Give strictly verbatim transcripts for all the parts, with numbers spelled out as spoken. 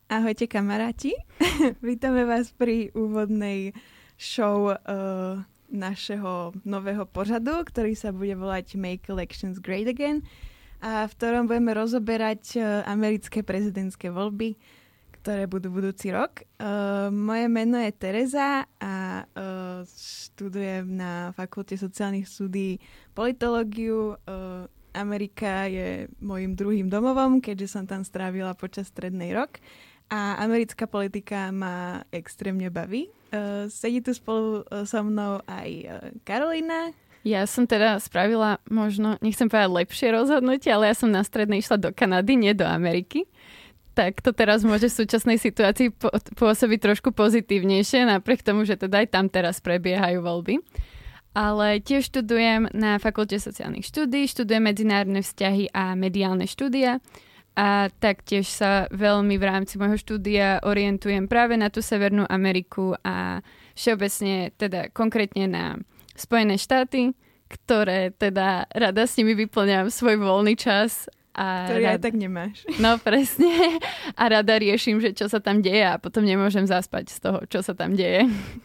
Ahojte kamaráti. Vítame vás pri úvodnej show uh, našeho nového pořadu, ktorý sa bude volať Make Elections Great Again a v ktorom budeme rozoberať uh, americké prezidentské voľby, ktoré budú budúci rok. Uh, moje meno je Tereza a uh, študujem na Fakulte sociálnych štúdií politológiu. Uh, Amerika je môjim druhým domovom, keďže som tam strávila počas strednej rok. A americká politika ma extrémne baví. Uh, sedí tu spolu uh, so mnou aj uh, Karolína. Ja som teda spravila možno, nechcem povedať lepšie rozhodnutie, ale ja som na strednej išla do Kanady, nie do Ameriky. Tak to teraz môže v súčasnej situácii po- pôsobiť trošku pozitívnejšie, napriek tomu, že teda aj tam teraz prebiehajú voľby. Ale tiež študujem na Fakulte sociálnych štúdií, študujem medzinárodné vzťahy a mediálne štúdia. A taktiež sa veľmi v rámci môjho štúdia orientujem práve na tú Severnú Ameriku a všeobecne teda konkrétne na Spojené štáty, ktoré teda rada s nimi vyplňam svoj voľný čas. A ktorý rada, aj tak nemáš. No presne. A rada riešim, že čo sa tam deje a potom nemôžem zaspať z toho, čo sa tam deje.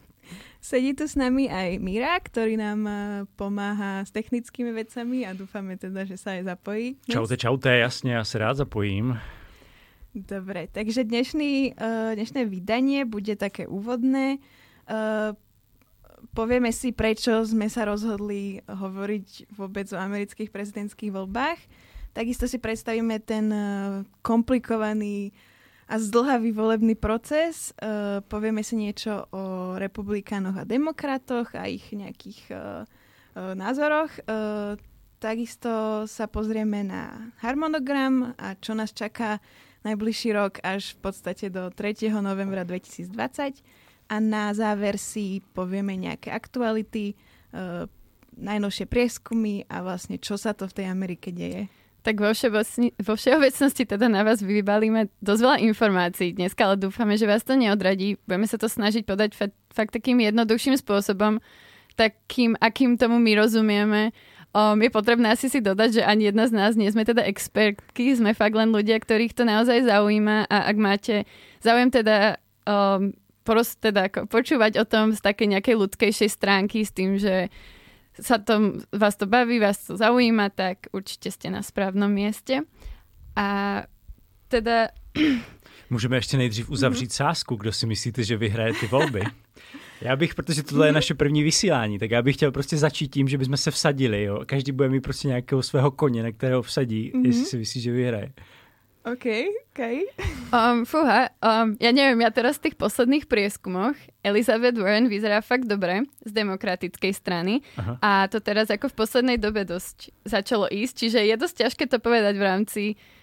Sedí tu s nami aj Mira, ktorý nám pomáha s technickými vecami a dúfame teda, že sa aj zapojí. Čaute, čaute, jasne, ja sa rád zapojím. Dobre, takže dnešný, uh, dnešné vydanie bude také úvodné. Uh, povieme si, prečo sme sa rozhodli hovoriť vôbec o amerických prezidentských voľbách. Takisto si predstavíme ten uh, komplikovaný a zdĺhavý volebný proces. Uh, povieme si niečo o republikánoch a demokratoch a ich nejakých uh, uh, názoroch. Uh, takisto sa pozrieme na harmonogram a čo nás čaká najbližší rok až v podstate do tretieho novembra dvetisícdvadsať. A na záver si povieme nejaké aktuality, uh, najnovšie prieskumy a vlastne čo sa to v tej Amerike deje. Tak vo, všeobecni, vo všeobecnosti teda na vás vybalíme dosť veľa informácií dneska, ale dúfame, že vás to neodradí. Budeme sa to snažiť podať fa- fakt takým jednoduchším spôsobom, takým, akým tomu my rozumieme. Um, je potrebné asi si dodať, že ani jedna z nás nie sme teda expertky, sme fakt len ľudia, ktorých to naozaj zaujíma a ak máte záujem teda, um, prost, teda počúvať o tom z takej nejakej ľudskejšej stránky s tým, že sa to, vás to baví, vás to zaujíma, tak určite ste na správnom mieste. A teda... Můžeme ještě nejdřív uzavřít mm-hmm. sázku, kdo si myslíte, že vyhraje ty volby. Já bych, protože tohle je naše první vysílání, tak já bych chtěl prostě začít tím, že bychom se vsadili. Jo? Každý bude mít prostě nějakého svého koně, na kterého vsadí, mm-hmm. jestli si myslí, že vyhraje. OK, OK. Um, fúha, um, ja neviem, ja teraz v tých posledných prieskumoch Elizabeth Warren vyzerá fakt dobre z demokratickej strany. Aha. A to teraz ako v poslednej dobe dosť začalo ísť, čiže je dosť ťažké to povedať v rámci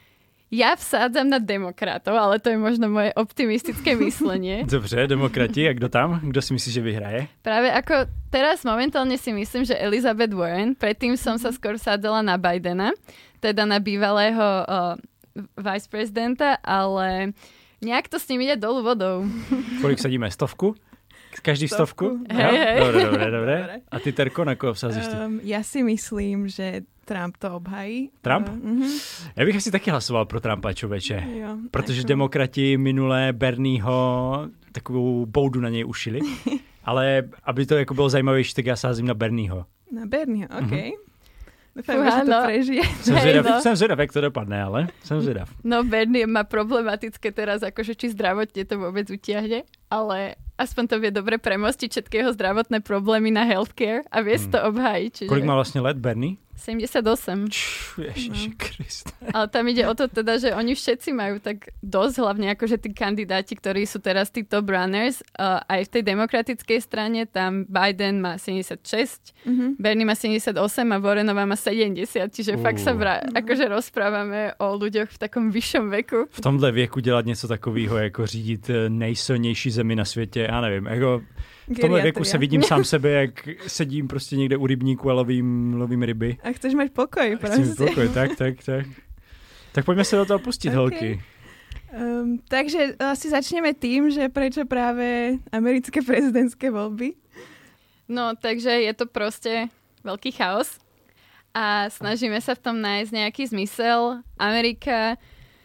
ja vsádzam na demokratov, ale to je možno moje optimistické myslenie. Dobře, demokrati, a kdo tam? Kdo si myslí, že vyhraje? Práve ako teraz momentálne si myslím, že Elizabeth Warren, predtým som sa skôr vsádzala na Bidena, teda na bývalého uh, vice prezidenta, ale nejak to s ním ide dolu vodou. Kolik sadíme? Stovku? Každý stovku? stovku? Hej, hej. Dobre, dobre, dobre. A ty, Terko, na koho vsázíš ty? Um, ja si myslím, že Trump to obhají. Trump? Uh, uh-huh. Já bych asi taky hlasoval pro Trumpa, čověče. Jo, protože ako... demokrati minulé Bernieho takovou boudu na něj ušili. Ale aby to jako bylo zajímavější, tak já sázím na Bernieho. Na Bernieho, OK. Uh-huh. Dúfam, že to prežije. Som zvedav, no. som zvedav, jak to dopadne, ale som zvedav. No Bernie má problematické teraz, akože či zdravotne to vôbec utiahne, ale aspoň to vie dobre premostiť všetky jeho zdravotné problémy na healthcare a vie hmm. to obhájiť. Čiže... Kolik má vlastne let Bernie? sedemdesiatosem. Čú, Ježiši Kriste. Ale tam ide o to teda, že oni všetci majú tak dosť, hlavne akože tí kandidáti, ktorí sú teraz tí top runners, uh, aj v tej demokratickej strane, tam Biden má sedemdesiatšesť, mm-hmm. Bernie má sedemdesiatosem a Warrenová má sedemdesiat, čiže uh. fakt sa vra- akože rozprávame o ľuďoch v takom vyššom veku. V tomhle věku dělat něco takového, jako řídit nejsilnější zemi na světě, já nevím, jako... V tomhle věku se vidím sám sebe, jak sedím prostě někde u rybníku a lovím, lovím ryby. A chceš mať pokoj, prostě. Chci mít pokoj, tak, tak, tak. Tak pojďme se do toho pustit, okay. holky. Um, takže asi začneme tým, že prečo práve americké prezidentské voľby? No, takže je to proste veľký chaos a snažíme sa v tom nájsť nejaký zmysel. Amerika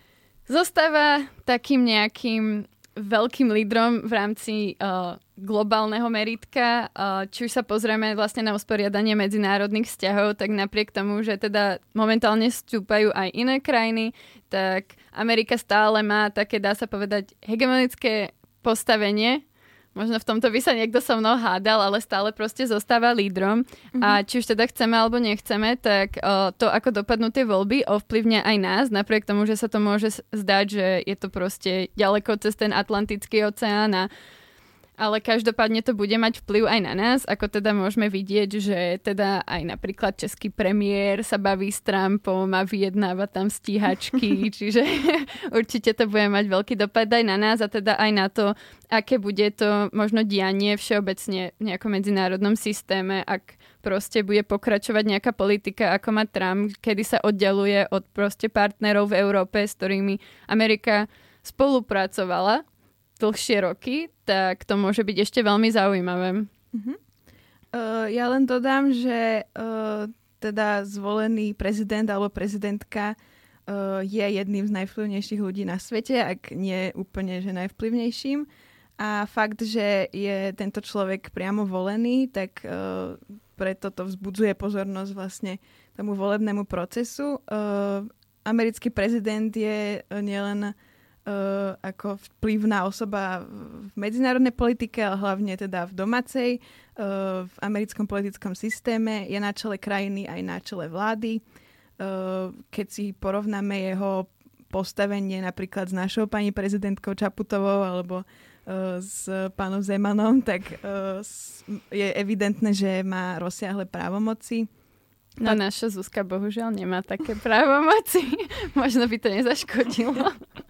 zostáva takým nejakým veľkým lídrom v rámci uh, globálneho meritka. Uh, či už sa pozrieme vlastne na usporiadanie medzinárodných vzťahov, tak napriek tomu, že teda momentálne vstúpajú aj iné krajiny, tak Amerika stále má také, dá sa povedať, hegemonické postavenie. Možno v tomto by sa niekto so mnou hádal, ale stále proste zostáva lídrom. Mm-hmm. A či už teda chceme alebo nechceme, tak o, to, ako dopadnú tie voľby, ovplyvňa aj nás, napriek tomu, že sa to môže zdať, že je to proste ďaleko cez ten Atlantický oceán a ale každopádne to bude mať vplyv aj na nás, ako teda môžeme vidieť, že teda aj napríklad český premiér sa baví s Trumpom a vyjednáva tam stíhačky, čiže určite to bude mať veľký dopad aj na nás a teda aj na to, aké bude to možno dianie všeobecne v nejakom medzinárodnom systéme, ak proste bude pokračovať nejaká politika, ako má Trump, kedy sa oddialuje od proste partnerov v Európe, s ktorými Amerika spolupracovala dlhšie roky, tak to môže byť ešte veľmi zaujímavé. Uh-huh. Uh, ja len dodám, že uh, teda zvolený prezident alebo prezidentka uh, je jedným z najvplyvnejších ľudí na svete, ak nie úplne, že najvplyvnejším. A fakt, že je tento človek priamo volený, tak uh, preto to vzbudzuje pozornosť vlastne tomu volebnému procesu. Uh, americký prezident je uh, nielen Uh, ako vplyvná osoba v medzinárodnej politike, ale hlavne teda v domácej, uh, v americkom politickom systéme. Je na čele krajiny aj na čele vlády. Uh, keď si porovnáme jeho postavenie napríklad s našou pani prezidentkou Čaputovou alebo uh, s pánom Zemanom, tak uh, je evidentné, že má rozsiahle právomoci. No naša Zuzka bohužiaľ nemá také právomoci. Možno by to nezaškodilo.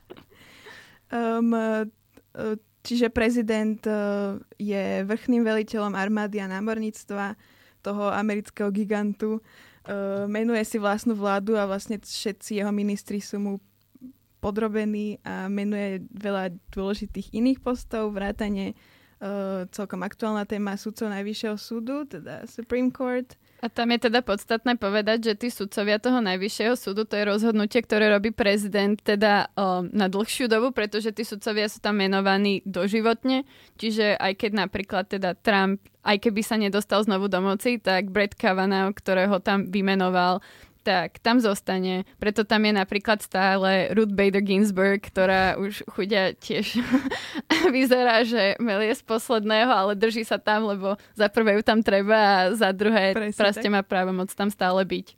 Um, čiže prezident uh, je vrchným veliteľom armády a námorníctva toho amerického gigantu. Uh, menuje si vlastnú vládu a vlastne všetci jeho ministri sú mu podrobení a menuje veľa dôležitých iných postov, vrátane uh, celkom aktuálna téma sudcov Najvyššieho súdu, teda Supreme Court. A tam je teda podstatné povedať, že tí sudcovia toho Najvyššieho súdu, to je rozhodnutie, ktoré robí prezident teda o, na dlhšiu dobu, pretože tí sudcovia sú tam menovaní doživotne. Čiže aj keď napríklad teda Trump, aj keby sa nedostal znovu do moci, tak Brett Kavanaugh, ktorého tam vymenoval, tak tam zostane. Preto tam je napríklad stále Ruth Bader Ginsburg, ktorá už chudia tiež vyzerá, že melie z posledného, ale drží sa tam, lebo za prvé ju tam treba a za druhé Presne proste tak. Má právomoc tam stále byť.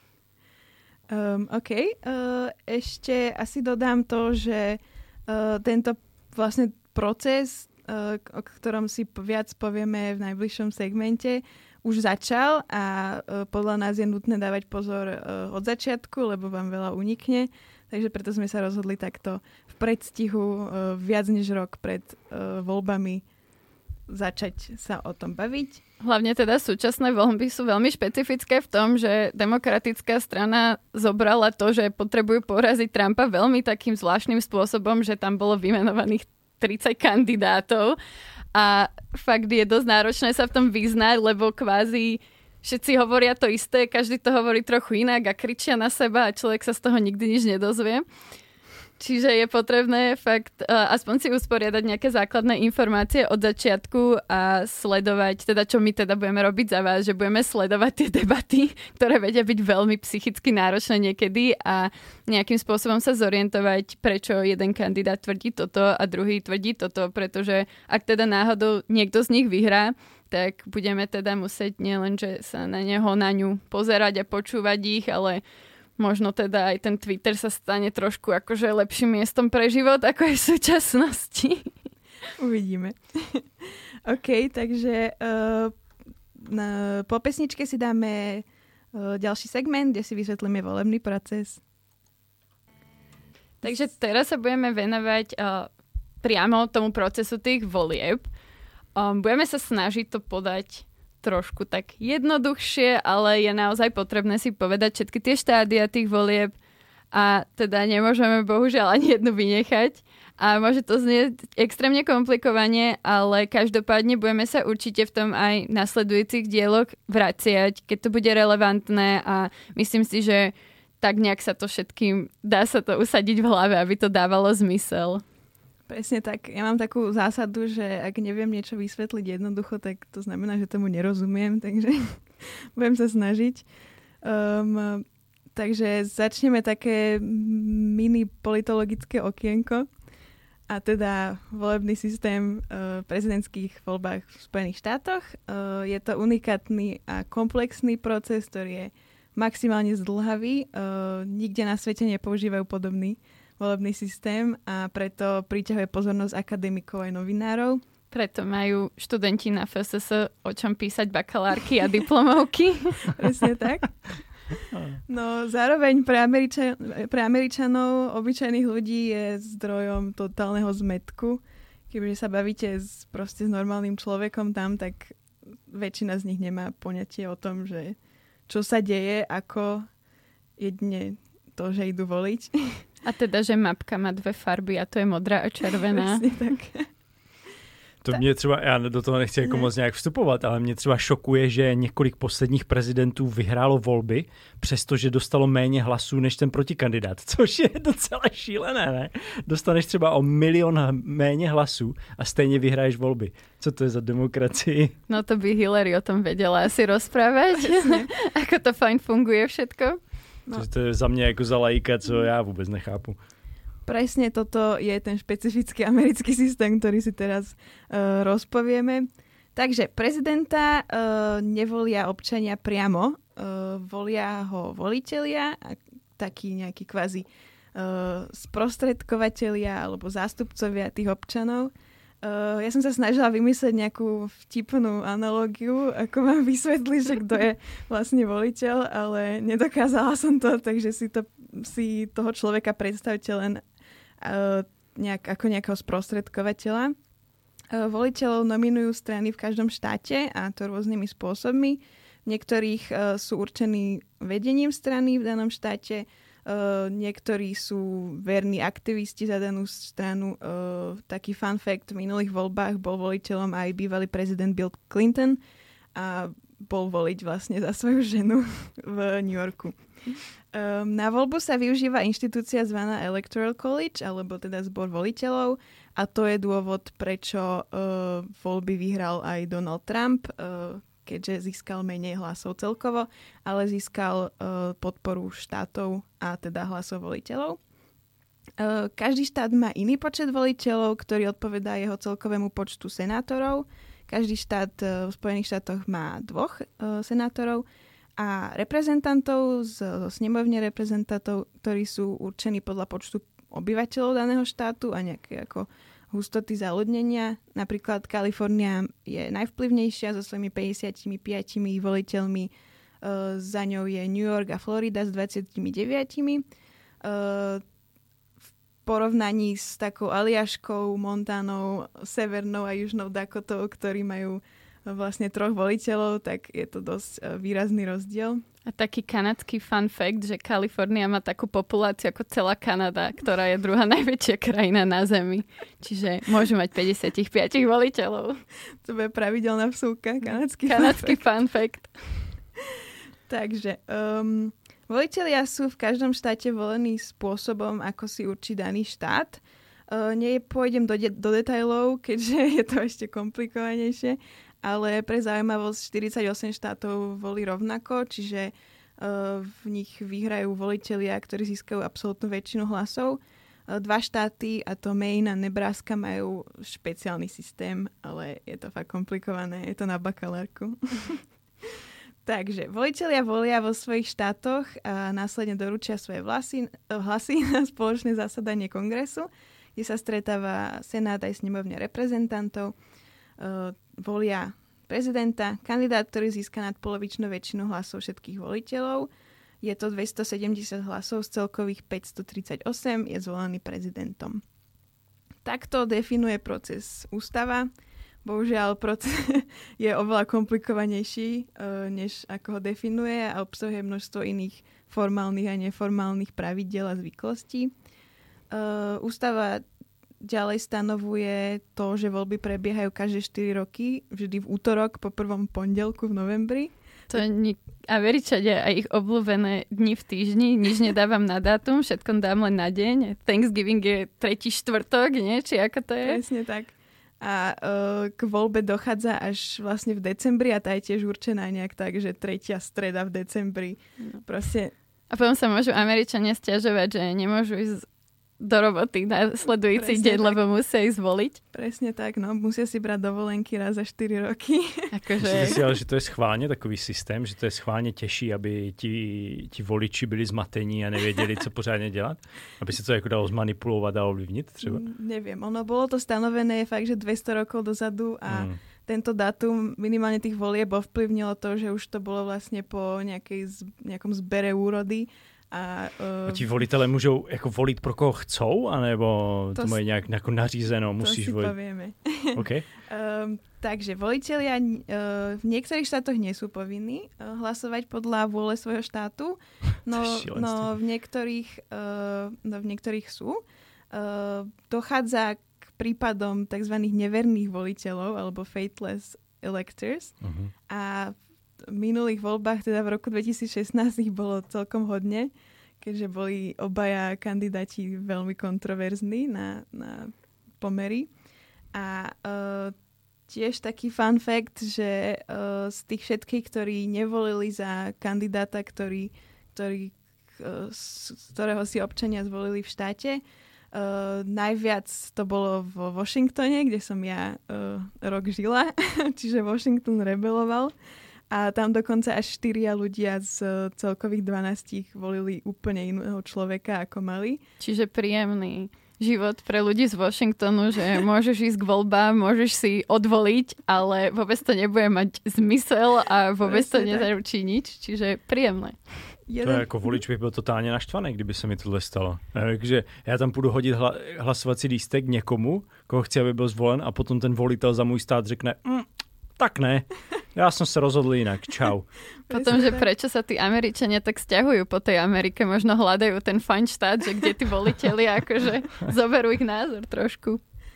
Um, OK. Uh, ešte asi dodám to, že uh, tento vlastne proces, uh, o ktorom si viac povieme v najbližšom segmente, už začal a uh, podľa nás je nutné dávať pozor uh, od začiatku, lebo vám veľa unikne. Takže preto sme sa rozhodli takto v predstihu uh, viac než rok pred uh, voľbami začať sa o tom baviť. Hlavne teda súčasné voľby sú veľmi špecifické v tom, že demokratická strana zobrala to, že potrebujú poraziť Trumpa veľmi takým zvláštnym spôsobom, že tam bolo vymenovaných tridsať kandidátov. A fakt je dosť náročné sa v tom vyznať, lebo kvázi všetci hovoria to isté, každý to hovorí trochu inak a kričia na seba a človek sa z toho nikdy nič nedozvie. Čiže je potrebné fakt uh, aspoň si usporiadať nejaké základné informácie od začiatku a sledovať, teda čo my teda budeme robiť za vás, že budeme sledovať tie debaty, ktoré vedia byť veľmi psychicky náročné niekedy a nejakým spôsobom sa zorientovať, prečo jeden kandidát tvrdí toto a druhý tvrdí toto, pretože ak teda náhodou niekto z nich vyhrá, tak budeme teda musieť nielen, že sa na neho, na ňu pozerať a počúvať ich, ale možno teda aj ten Twitter sa stane trošku akože lepším miestom pre život, ako je v súčasnosti. Uvidíme. OK, takže uh, na, po pesničke si dáme uh, ďalší segment, kde si vysvetlíme volebný proces. Takže teraz sa budeme venovať uh, priamo tomu procesu tých volieb. Um, budeme sa snažiť to podať trošku tak jednoduchšie, ale je naozaj potrebné si povedať všetky tie štádia tých volieb a teda nemôžeme bohužiaľ ani jednu vynechať. A môže to znieť extrémne komplikovane, ale každopádne budeme sa určite v tom aj nasledujúcich dieloch vraciať, keď to bude relevantné a myslím si, že tak nejak sa to všetkým, dá sa to usadiť v hlave, aby to dávalo zmysel. Presne tak. Ja mám takú zásadu, že ak neviem niečo vysvetliť jednoducho, tak to znamená, že tomu nerozumiem, takže budem sa snažiť. Um, takže začneme také mini politologické okienko. A teda volebný systém uh, prezidentských voľbách v Spojených štátoch. Uh, je to unikátny a komplexný proces, ktorý je maximálne zdĺhavý. Uh, nikde na svete nepoužívajú podobný volebný systém a preto priťahuje pozornosť akademikov aj novinárov. Preto majú študenti na ef es es o čom písať bakalárky a diplomovky. Presne tak. No zároveň pre, Američan- pre Američanov, obyčajných ľudí je zdrojom totálneho zmätku. Keďže sa bavíte s, proste s normálnym človekom tam, tak väčšina z nich nemá poňatie o tom, že čo sa deje, ako jedine to, že idú voliť. A teda, že mapka má dve farby a to je modrá a červená. Presne tak. To mě třeba, já do toho nechci jako moc nějak vstupovat, ale mě třeba šokuje, že několik posledních prezidentů vyhrálo volby, přestože dostalo méně hlasů než ten protikandidát, což je docela šílené, ne? Dostaneš třeba o milion méně hlasů a stejně vyhraješ volby. Co to je za demokracii? No to by Hillary o tom vedela asi rozprávať. Ako to fajn funguje všetko. No. To je za mě jako za laika, co já vůbec nechápu. Presne toto je ten špecifický americký systém, ktorý si teraz uh, rozpovieme. Takže prezidenta uh, nevolia občania priamo, uh, volia ho volitelia, takí nejakí kvázi uh, sprostredkovatelia alebo zástupcovia tých občanov. Uh, ja som sa snažila vymyslieť nejakú vtipnú analógiu, ako mám vysvetliť, že kto je vlastne voliteľ, ale nedokázala som to, takže si, to, si toho človeka predstavte len uh, nejak, ako nejakého sprostredkovateľa. Uh, voliteľov nominujú strany v každom štáte a to rôznymi spôsobmi. V niektorých uh, sú určení vedením strany v danom štáte, Uh, niektorí sú verní aktivisti za danú stranu. Uh, taký fun fact, v minulých voľbách bol voliteľom aj bývalý prezident Bill Clinton a bol voliť vlastne za svoju ženu v New Yorku. Um, na voľbu sa využíva inštitúcia zvaná Electoral College, alebo teda zbor voliteľov, a to je dôvod, prečo uh, voľby vyhral aj Donald Trump, uh, keďže získal menej hlasov celkovo, ale získal uh, podporu štátov a teda hlasov voliteľov. Uh, každý štát má iný počet voliteľov, ktorý odpovedá jeho celkovému počtu senátorov. Každý štát uh, v Spojených štátoch má dvoch uh, senátorov a reprezentantov z, zo snemovne reprezentantov, ktorí sú určení podľa počtu obyvateľov daného štátu a nejaké ako hustoty zaľudnenia. Napríklad Kalifornia je najvplyvnejšia so svojimi päťdesiatpäť voliteľmi. Uh, za ňou je New York a Florida s dvadsaťdeväť. Uh, v porovnaní s takou Aliaškou, Montanou, Severnou a Južnou Dakotou, ktorí majú vlastne troch voliteľov, tak je to dosť uh, výrazný rozdiel. A taký kanadský fun fact, že Kalifornia má takú populáciu ako celá Kanada, ktorá je druhá najväčšia krajina na Zemi. Čiže môžu mať päťdesiatpäť voliteľov. To bude pravidelná vsúka, kanadský, kanadský fun fact. Takže um, volitelia sú v každom štáte volení spôsobom, ako si určí daný štát. Uh, nepôjdem do, de- do detailov, keďže je to ešte komplikovanejšie, ale pre zaujímavosť štyridsaťosem štátov volí rovnako, čiže uh, v nich vyhrajú volitelia, ktorí získajú absolútnu väčšinu hlasov. Uh, dva štáty, a to Maine a Nebraska, majú špeciálny systém, ale je to fakt komplikované, je to na bakalárku. Takže volitelia volia vo svojich štátoch a následne doručia svoje vlasy, hlasy na spoločné zasadanie kongresu, kde sa stretáva senát aj snemovňa reprezentantov. Uh, volia prezidenta, kandidát, ktorý získa nadpolovičnú väčšinu hlasov všetkých voliteľov. Je to dvestosedemdesiat hlasov z celkových päťstotridsaťosem, je zvolený prezidentom. Takto definuje proces ústava. Bohužiaľ, proces je oveľa komplikovanejší, uh, než ako ho definuje, a obsahuje množstvo iných formálnych a neformálnych pravidiel a zvyklostí. Uh, ústava ďalej stanovuje to, že voľby prebiehajú každé štyri roky, vždy v útorok po prvom pondelku v novembri. To ni- Američania a ich obľúbené dni v týždni, nič nedávam na dátum, všetko dám len na deň. Thanksgiving je tretí štvrtok, nie? Či ako to je? Presne tak. A uh, k voľbe dochádza až vlastne v decembri a tá je tiež určená nejak tak, že tretia streda v decembri. No. Proste... A potom sa môžu Američania sťažovať, že nemôžu ísť do roboty na sledujúci deň, tak. Lebo musia ísť voliť. Presne tak, no. Musia si brať dovolenky raz za štyri roky. Akože... Myslíte si ale, že to je schválně takový systém, že to je schválně těžší, aby ti, ti voliči byli zmatení a nevěděli, co pořádně dělat? Aby se to jako dalo zmanipulovat a ovlivnit třeba? Neviem, ono bolo to stanovené fakt, že dvesto rokov dozadu a mm. tento dátum minimálne tých volieb ovplyvnilo to, že už to bolo vlastne po nejakej, nejakom zbere úrody. A, uh, a ti volitele můžou jako volit pro koho chcou, anebo to, to mají nějak jako nařízeno, musíš volit? To si povieme. Okay. um, takže volitelia uh, v niektorých štátoch nie sú povinní uh, hlasovať podľa vôle svojho štátu, no, no, v, niektorých, uh, no v niektorých sú. Uh, dochádza k prípadom tzv. Neverných voliteľov alebo faithless electors uh-huh. a v minulých voľbách, teda v roku dvetisícšestnásť ich bolo celkom hodne, keďže boli obaja kandidáti veľmi kontroverzní na, na pomery. A uh, tiež taký fun fact, že uh, z tých všetkých, ktorí nevolili za kandidáta, ktorý, ktorý, uh, z ktorého si občania zvolili v štáte, uh, najviac to bolo vo Washingtone, kde som ja uh, rok žila, čiže Washington rebeloval. A tam dokonca až štyria ľudia z celkových dvanástich volili úplne iného človeka, ako mali. Čiže príjemný život pre ľudí z Washingtonu, že môžeš ísť k voľbám, môžeš si odvoliť, ale vôbec to nebude mať zmysel a vôbec Presne to nezaručí nič. Čiže príjemné. Jeden... To jako volič bych byl totálně naštvaný, kdyby se mi tohle stalo. Takže já tam půjdu hodit hla- hlasovací lístek někomu, koho chci, aby byl zvolen, a potom ten volitel za můj stát řekne mm, tak ne, ja som sa rozhodl inak, čau. Potom, že prečo sa tí Američania tak sťahujú po tej Amerike, možno hľadajú ten fajn štát, že kde tí voliteľi akože zoberú ich názor trošku.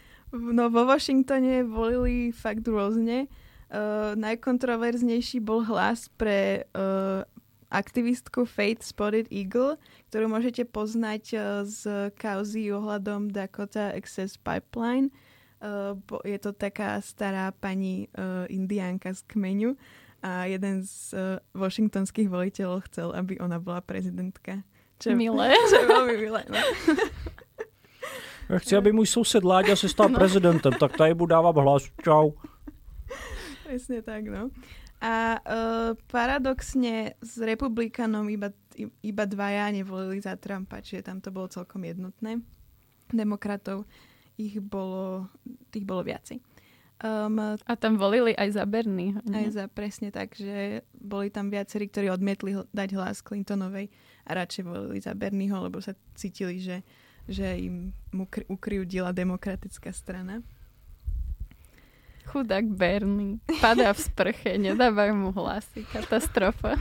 No vo Washingtone volili fakt rôzne. Uh, najkontroverznejší bol hlas pre uh, aktivistku Faith Spotted Eagle, ktorú môžete poznať uh, z kauzy ohľadom Dakota Access Pipeline. Uh, bo je to taká stará pani uh, indiánka z kmeňu a jeden z uh, washingtonských voliteľov chcel, aby ona bola prezidentka. Čo, milé. Čo je veľmi milé. No. Ja chci, aby môj sused Láďa sa stal no. prezidentem, tak tady budu dávat hlas. Čau. Presne tak, no. A uh, paradoxne s republikánom iba, iba dvaja nevolili za Trumpa, čiže tam to bolo celkom jednotné. Demokratov ich bolo, tých bolo viacej. Um, a tam volili aj za Bernieho. Aj za, presne tak, že boli tam viacerí, ktorí odmietli hl- dať hlas Clintonovej a radšej volili za Bernieho, lebo sa cítili, že, že im ukry- ukryjudila demokratická strana. Chudák Bernie. Padá v sprche, nedávajú mu hlasy. Katastrofa.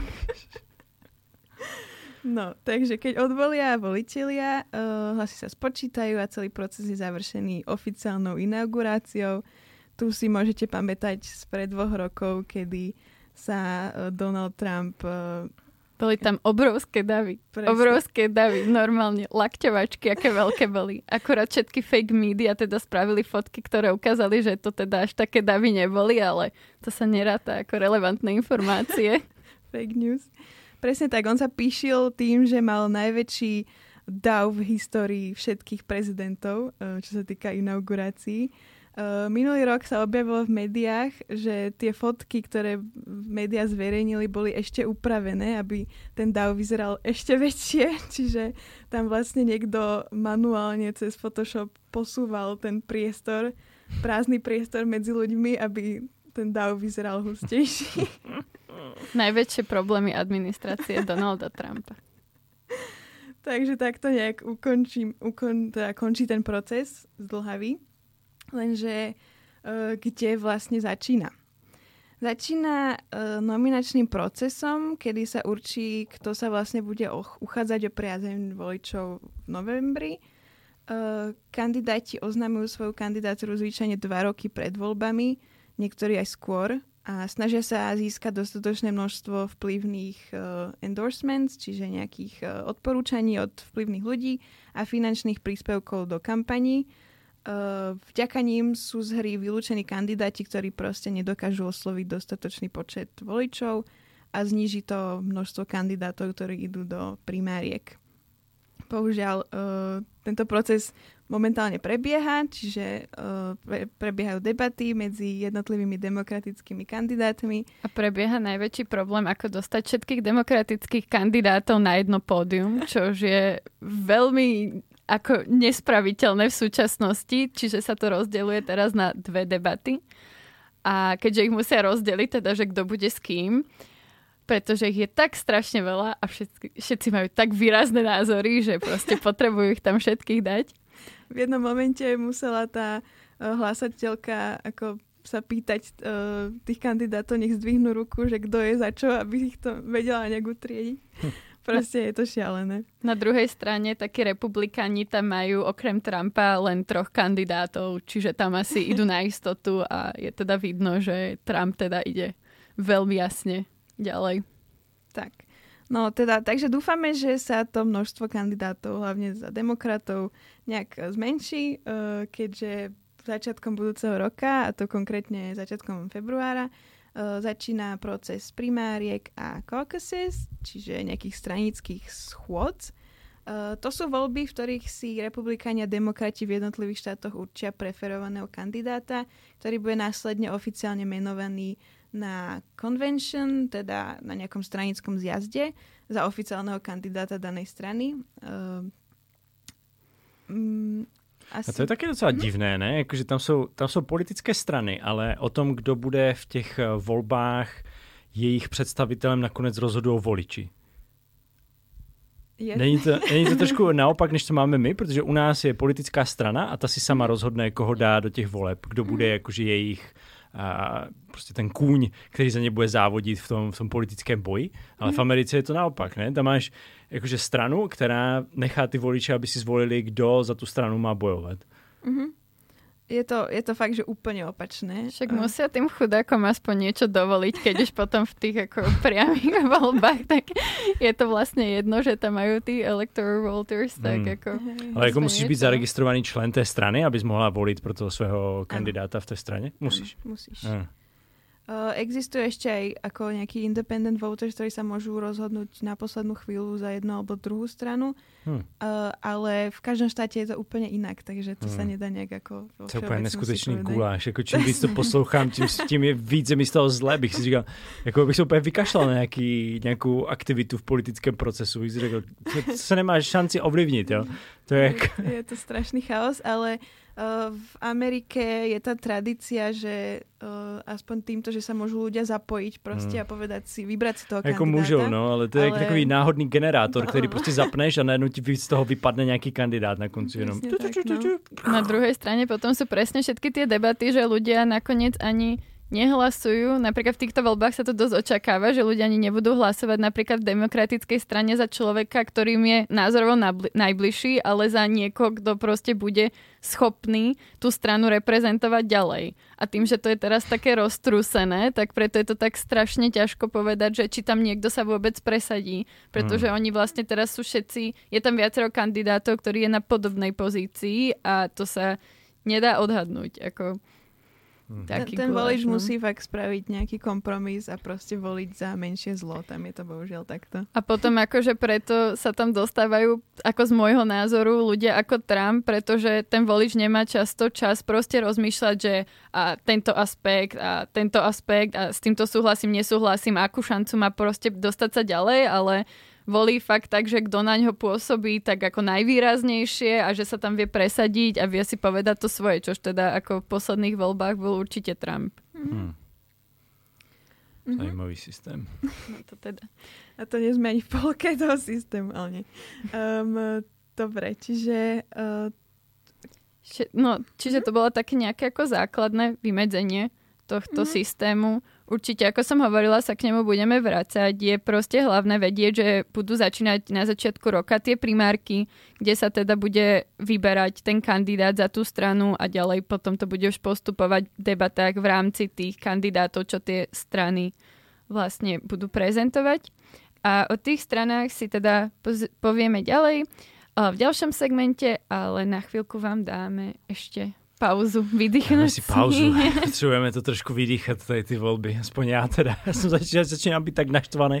No, takže keď odvolia volitelia, uh, hlasy sa spočítajú a celý proces je završený oficiálnou inauguráciou. Tu si môžete pamätať spred dvoch rokov, kedy sa uh, Donald Trump... Uh, boli tam obrovské davy. Presne. Obrovské davy. Normálne lakťovačky, aké veľké boli. Akurát všetky fake media teda spravili fotky, ktoré ukázali, že to teda až také davy neboli, ale to sa neráta ako relevantné informácie. Fake news. Presne tak, on sa píšil tým, že mal najväčší dav v histórii všetkých prezidentov, čo sa týka inaugurácií. Minulý rok sa objavilo v médiách, že tie fotky, ktoré médiá zverejnili, boli ešte upravené, aby ten dav vyzeral ešte väčšie. Čiže tam vlastne niekto manuálne cez Photoshop posúval ten priestor, prázdny priestor medzi ľuďmi, aby ten dav vyzeral hustejší. Najväčšie problémy administrácie Donalda Trumpa. Takže takto nejak ukončím, ukon, teda končí ten proces zdĺhavý. Lenže uh, kde vlastne začína? Začína uh, nominačným procesom, kedy sa určí, kto sa vlastne bude och- uchádzať o priazeň voličov v novembri. Uh, kandidáti oznamujú svoju kandidatúru zvyčajne dva roky pred voľbami, niektorí aj skôr. a snažia sa získať dostatočné množstvo vplyvných uh, endorsements, čiže nejakých uh, odporúčaní od vplyvných ľudí a finančných príspevkov do kampaní. Uh, vďaka ním sú z hry vylúčení kandidáti, ktorí proste nedokážu osloviť dostatočný počet voličov a zníži to množstvo kandidátov, ktorí idú do primáriek. Bohužiaľ, uh, tento proces momentálne prebieha, čiže uh, pre, prebiehajú debaty medzi jednotlivými demokratickými kandidátmi. A prebieha najväčší problém, ako dostať všetkých demokratických kandidátov na jedno pódium, čo už je veľmi ako nespraviteľné v súčasnosti, čiže sa to rozdeľuje teraz na dve debaty. A keďže ich musia rozdeliť, teda, že kto bude s kým, pretože ich je tak strašne veľa a všetci, všetci majú tak výrazné názory, že proste potrebujú ich tam všetkých dať. V jednom momente musela tá uh, hlásateľka ako sa pýtať uh, tých kandidátov, nech zdvihnú ruku, že kto je za čo, aby ich to vedela nejak utriediť. Proste je to šialené. Na druhej strane takí republikáni tam majú okrem Trumpa len troch kandidátov, čiže tam asi idú na istotu a je teda vidno, že Trump teda ide veľmi jasne ďalej. Tak. No teda, takže dúfame, že sa to množstvo kandidátov, hlavne za demokratov, nejak zmenší, keďže začiatkom budúceho roka, a to konkrétne začiatkom februára, začína proces primáriek a caucuses, čiže nejakých stranických schôdz. To sú voľby, v ktorých si republikáni a demokrati v jednotlivých štátoch určia preferovaného kandidáta, ktorý bude následne oficiálne menovaný na convention, teda na nejakom stranickom zjazde za oficiálneho kandidáta danej strany. Uh, um, asi... A to je také docela hmm. divné, ne? Jakože tam jsou, tam jsou politické strany, ale o tom, kdo bude v těch volbách jejich představitelem, nakonec rozhodují voliči. Je. Není to, není to trošku naopak, než to máme my, protože u nás je politická strana a ta si sama rozhodne, koho dá do těch voleb, kdo bude jakože jejich a prostě ten kůň, který za ně bude závodit v tom, v tom politickém boji. Ale v Americe je to naopak, ne? Tam máš jakože stranu, která nechá ty voliče, aby si zvolili, kdo za tu stranu má bojovat. Mm-hmm. Je to, je to fakt, že úplne opačné. Však musia tým chudákom aspoň niečo dovoliť, keď už potom v tých ako priamých voľbách, tak je to vlastne jedno, že tam majú tí electoral voters, tak mm. ako... Ale ako musíš byť zaregistrovaný člen té strany, abys mohla voliť pro toho svého kandidáta v té straně? Musíš. Ano, musíš. Ano. Uh, existuje ešte aj ako nejaký independent voters, ktorí sa môžu rozhodnúť na poslednú chvíľu za jednu alebo druhú stranu, hmm. uh, ale v každom štáte je to úplne inak, takže to hmm. sa nedá nejak ako... To je úplně neskutečný guláš, jako čím víc to poslouchám, tím, tím je víc mi z toho zle, bych si říkal, jako bych se úplně vykašlal na nějaký, nějakou aktivitu v politickém procesu, bych si řekl, to se nemáš šanci ovlivnit, jo. To je, jak... je to strašný chaos, ale uh, v Amerike je tá tradícia, že uh, aspoň týmto, že sa môžu ľudia zapojiť proste hmm. a povedať si, vybrať si toho jako kandidáta. Můžou, no, ale to je ale... takový náhodný generátor, no. který prostě zapneš a najednou ti z toho vypadne nějaký kandidát na konci. Jenom. Tak, no. Na druhej strane potom sú presne všetky tie debaty, že ľudia nakoniec ani nehlasujú. Napríklad v týchto voľbách sa to dosť očakáva, že ľudia ani nebudú hlasovať napríklad v demokratickej strane za človeka, ktorým je názorovo najbližší, ale za niekoho, kto proste bude schopný tú stranu reprezentovať ďalej. A tým, že to je teraz také roztrúsené, tak preto je to tak strašne ťažko povedať, že či tam niekto sa vôbec presadí. Pretože mm. oni vlastne teraz sú všetci, je tam viacero kandidátov, ktorí je na podobnej pozícii a to sa nedá odhadnúť. Ako... Ten, ten volič no. musí fakt spraviť nejaký kompromis a proste voliť za menšie zlo. Tam je to bohužiaľ takto. A potom akože preto sa tam dostávajú, ako z môjho názoru, ľudia ako Trump, pretože ten volič nemá často čas proste rozmýšľať, že a tento aspekt a tento aspekt a s týmto súhlasím, nesúhlasím, akú šancu má proste dostať sa ďalej, ale volí fakt tak, že kto na ňo pôsobí tak ako najvýraznejšie a že sa tam vie presadiť a vie si povedať to svoje, čož teda ako v posledných voľbách bol určite Trump. Hmm. Zajímavý systém. No to teda. A to nie sme ani v polke toho systému, ale nie. Um, dobre, čiže... Uh... No, čiže to bolo také nejaké ako základné vymedzenie tohto mm-hmm. systému. určite, ako som hovorila, sa k nemu budeme vracať. Je proste hlavné vedieť, že budú začínať na začiatku roka tie primárky, kde sa teda bude vyberať ten kandidát za tú stranu a ďalej potom to bude už postupovať v debatách v rámci tých kandidátov, čo tie strany vlastne budú prezentovať. A o tých stranách si teda poz- povieme ďalej v ďalšom segmente, ale na chvíľku vám dáme ešte pauzu, vydýchnuť si. pauzu. Potrebujeme to trošku vydýchať, tady ty voľby. Aspoň ja teda. Ja som začínal, začínam byť tak naštvaný.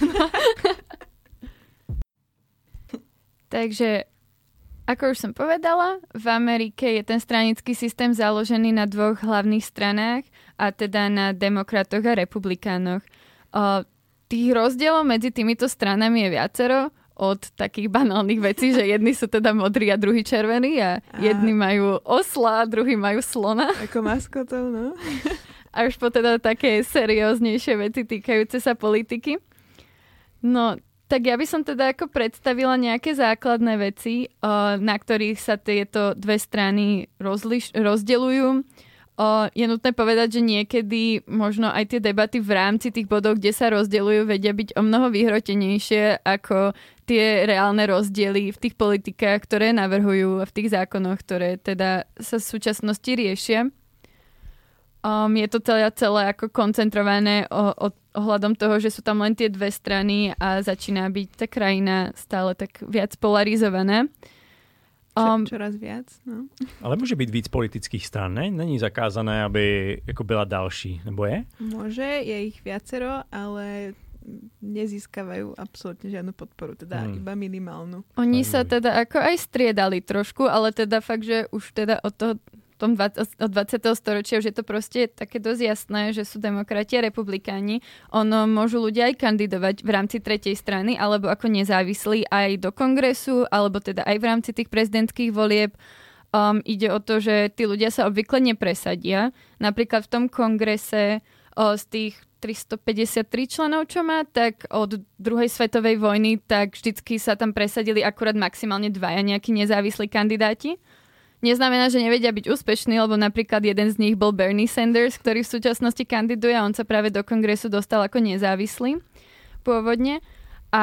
Takže, ako už som povedala, v Amerike je ten stranický systém založený na dvoch hlavných stranách, a teda na demokratoch a republikánoch. O, tých rozdielov medzi týmito stranami je viacero. Od takých banálnych vecí, že jedni sú teda modrí a druhý červení a, a jedni majú osla a druhí majú slona. Ako maskotov, no. A už po teda také serióznejšie veci týkajúce sa politiky. No, tak ja by som teda ako predstavila nejaké základné veci, na ktorých sa tieto dve strany rozliš- rozdeľujú. O, je nutné povedať, že niekedy možno aj tie debaty v rámci tých bodov, kde sa rozdeľujú, vedia byť o mnoho vyhrotenejšie ako tie reálne rozdiely v tých politikách, ktoré navrhujú a v tých zákonoch, ktoré teda sa v súčasnosti riešia. Um, je to celé, celé ako koncentrované o, o, ohľadom toho, že sú tam len tie dve strany a začína byť tá krajina stále tak viac polarizovaná. Um, Čoraz viac, no. Ale může být víc politických stran, ne? Není zakázané, aby jako byla další, nebo je? Môže, je ich viacero, ale nezískavajú absolútne žiadnu podporu, teda hmm. iba minimálnu. Oni sa teda ako aj striedali trošku, ale teda fakt, že už teda od toho tom od dvadsiateho storočia už je to proste také dosť jasné, že sú demokrati a republikáni. Ono môžu ľudia aj kandidovať v rámci tretej strany alebo ako nezávislí aj do kongresu, alebo teda aj v rámci tých prezidentských volieb. Um, ide o to, že tí ľudia sa obvykle nepresadia. Napríklad v tom kongrese o, z tých tristopäťdesiattri členov, čo má, tak od druhej svetovej vojny, tak vždycky sa tam presadili akurát maximálne dvaja nejakí nezávislí kandidáti. Neznamená, že nevedia byť úspešní, lebo napríklad jeden z nich bol Bernie Sanders, ktorý v súčasnosti kandiduje a on sa práve do kongresu dostal ako nezávislý pôvodne. A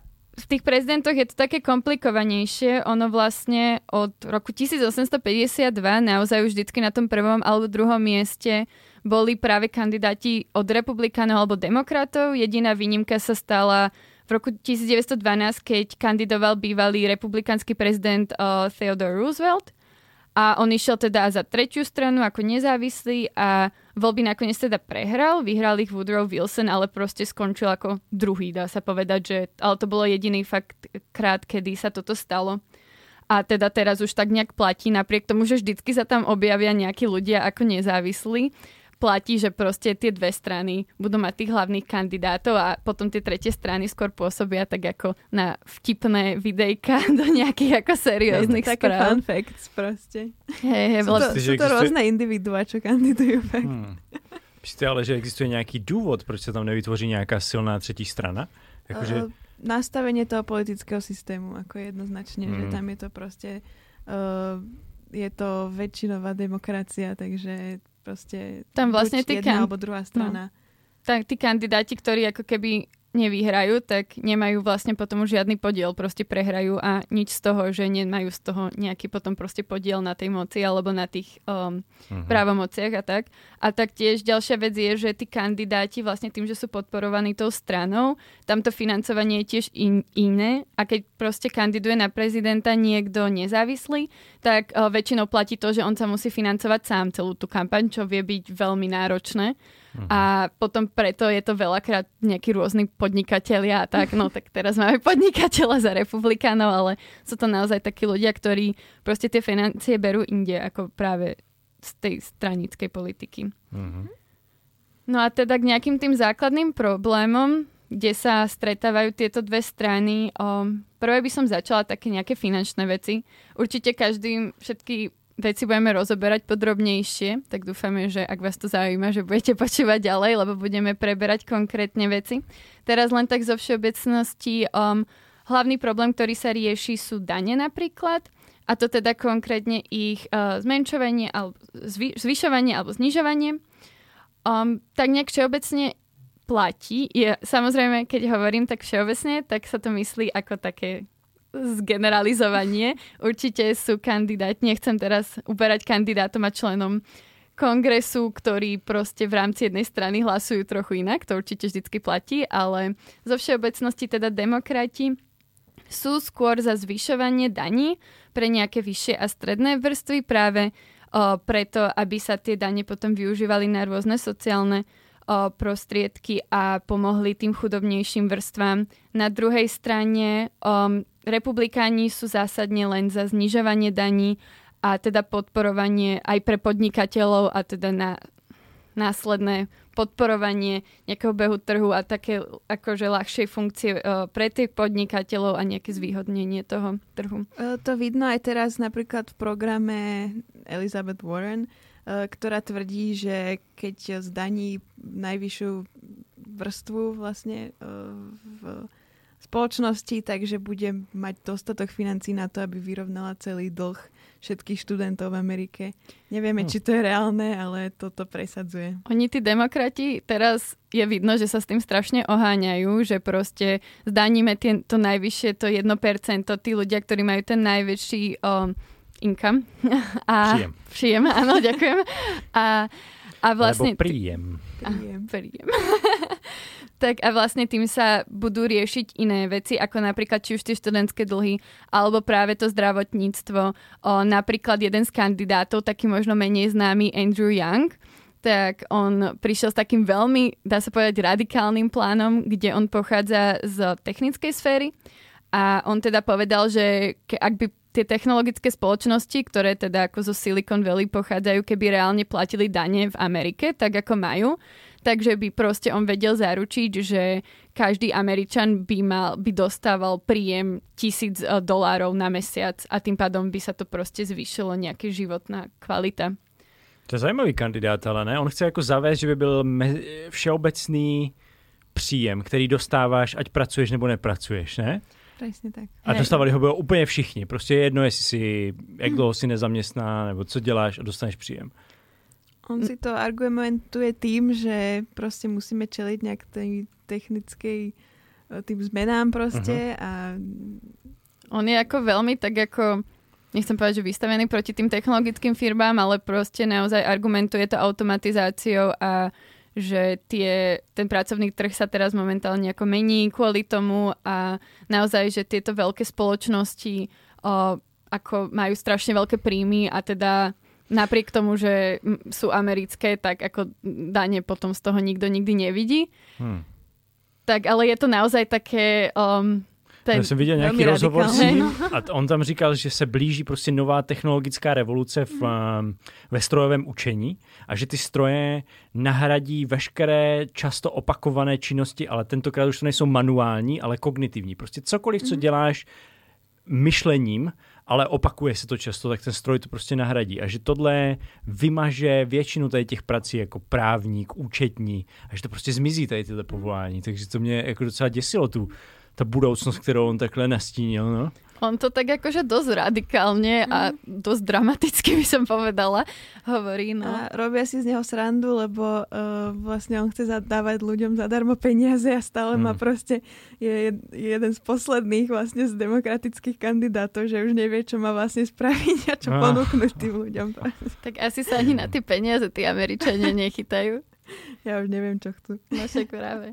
v tých prezidentoch je to také komplikovanejšie. Ono vlastne od roku tisícosemstopäťdesiatdva naozaj už vždycky na tom prvom alebo druhom mieste boli práve kandidáti od republikánov alebo demokratov. Jediná výnimka sa stala v roku devätnásťstodvanásť, keď kandidoval bývalý republikánsky prezident uh, Theodore Roosevelt. A on išiel teda za tretiu stranu ako nezávislý a voľby nakoniec teda prehral. Vyhral ich Woodrow Wilson, ale proste skončil ako druhý, dá sa povedať, že ale to bolo jediný fakt krát, kedy sa toto stalo. A teda teraz už tak nejak platí, napriek tomu, že vždycky sa tam objavia nejakí ľudia ako nezávislí. Platí, že proste tie dve strany budú mať tých hlavných kandidátov a potom tie tretie strany skôr pôsobia tak ako na vtipné videjka do nejakých ako serióznych ja, správ. Také fun facts proste. Hey, hey, sú to, sú to rôzne individuá, čo kandidujú fakt. Hmm. Myslíte ale, že existuje nejaký dôvod, proč sa tam nevytvoří nejaká silná třetí strana? Akože... Uh, nastavenie toho politického systému, ako jednoznačne, hmm. že tam je to proste uh, je to väčšinová demokracia, takže proste tam vlastne buď jedna kan- alebo druhá strana. No. Tak tí kandidáti, ktorí ako keby nevyhrajú, tak nemajú vlastne potom už žiadny podiel, proste prehrajú a nič z toho, že nemajú z toho nejaký potom proste podiel na tej moci alebo na tých um, uh-huh. právomociach a tak. A taktiež ďalšia vec je, že tí kandidáti vlastne tým, že sú podporovaní tou stranou, tamto financovanie je tiež in, iné a keď proste kandiduje na prezidenta niekto nezávislý, tak uh, väčšinou platí to, že on sa musí financovať sám celú tú kampaň, čo vie byť veľmi náročné. Uh-huh. A potom preto je to veľakrát nejakí rôzni podnikatelia a tak, no tak teraz máme podnikateľa za republikánov, ale sú to naozaj takí ľudia, ktorí proste tie financie berú inde ako práve z tej stranickej politiky. Uh-huh. No a teda k nejakým tým základným problémom, kde sa stretávajú tieto dve strany, o, prvé by som začala také nejaké finančné veci. Určite každý, všetky veci budeme rozoberať podrobnejšie, tak dúfame, že ak vás to zaujíma, že budete počúvať ďalej, lebo budeme preberať konkrétne veci. Teraz len tak zo všeobecnosti um, hlavný problém, ktorý sa rieši, sú dane napríklad, a to teda konkrétne ich uh, zmenšovanie alebo zvy, zvyšovanie alebo znižovanie. Um, tak nejak všeobecne platí. Je, samozrejme, keď hovorím tak všeobecne, tak sa to myslí ako také zgeneralizovanie. Určite sú kandidáti, nechcem teraz uberať kandidátom a členom kongresu, ktorí proste v rámci jednej strany hlasujú trochu inak, to určite vždycky platí, ale zo všeobecnosti teda demokrati sú skôr za zvyšovanie daní pre nejaké vyššie a stredné vrstvy práve o, preto, aby sa tie dane potom využívali na rôzne sociálne o, prostriedky a pomohli tým chudobnejším vrstvám. Na druhej strane o, republikáni sú zásadne len za znižovanie daní a teda podporovanie aj pre podnikateľov a teda na následné podporovanie nejakého behu trhu a také akože ľahšej funkcie uh, pre tých podnikateľov a nejaké zvýhodnenie toho trhu. To vidno aj teraz napríklad v programe Elizabeth Warren, uh, ktorá tvrdí, že keď zdaní najvyššiu vrstvu vlastne uh, v spoločnosti, takže bude mať dostatok financií na to, aby vyrovnala celý dlh všetkých študentov v Amerike. Nevieme, či to je reálne, ale toto presadzuje. Oni, tí demokrati, teraz je vidno, že sa s tým strašne oháňajú, že proste zdaníme tie, to najvyššie, to jedno percento, tí ľudia, ktorí majú ten najväčší um, income. A, príjem. Príjem, áno, ďakujem. A, a vlastne... Alebo príjem. Príjem. príjem. Tak a vlastne tým sa budú riešiť iné veci, ako napríklad či už tie študentské dlhy, alebo práve to zdravotníctvo. O, napríklad jeden z kandidátov, taký možno menej známy Andrew Yang, tak on prišiel s takým veľmi, dá sa povedať, radikálnym plánom, kde on pochádza z technickej sféry a on teda povedal, že ke, ak by tie technologické spoločnosti, ktoré teda ako zo Silicon Valley pochádzajú, keby reálne platili dane v Amerike, tak ako majú, takže by proste on vedel zaručiť, že každý Američan by, mal, by dostával príjem tisíc dolárov na mesiac a tým pádom by sa to proste zvýšilo nejaká životná kvalita. To je zajímavý kandidát, ale ne? On chce jako zavést, že by byl me- všeobecný příjem, který dostáváš, ať pracuješ nebo nepracuješ, ne? Presne tak. A dostávali ho bylo úplně všichni. Prostě jedno, jestli si, jak dlouho si nezaměstná, nebo co děláš a dostaneš příjem. On si to argumentuje tým, že proste musíme čeliť nejak tej technickej tým zmenám proste. Uh-huh. A... On je ako veľmi tak ako, nechcem povedať, že vystavený proti tým technologickým firmám, ale proste naozaj argumentuje to automatizáciou a že tie, ten pracovný trh sa teraz momentálne ako mení kvôli tomu a naozaj, že tieto veľké spoločnosti o, ako majú strašne veľké príjmy a teda napriek tomu, že sú americké, tak ako dane potom z toho nikto nikdy nevidí. Hmm. Tak ale je to naozaj také... Um, Já jsem viděl nějaký rozhovor s ním a on tam říkal, že se blíží prostě nová technologická revoluce v, um, ve strojovém učení a že ty stroje nahradí veškeré často opakované činnosti, ale tentokrát už to nejsou manuální, ale kognitivní. Prostě cokoliv, co děláš myšlením, ale opakuje se to často, tak ten stroj to prostě nahradí. A že tohle vymaže většinu tady těch prací jako právník, účetní a že to prostě zmizí tady tyhle povolání. Takže to mě jako docela děsilo tu ta budoucnost, kterou on takhle nastínil, no. On to tak akože dosť radikálne a dosť dramaticky by som povedala, hovorí. No. A robia si z neho srandu, lebo uh, vlastne on chce zadávať ľuďom zadarmo peniaze a stále mm. má proste, je jeden z posledných vlastne z demokratických kandidátov, že už nevie, čo má vlastne spraviť a čo ah. ponúknuť tým ľuďom. Tak asi sa ani na tie peniaze tí Američania nechytajú. Ja už neviem, čo chcú. No však práve.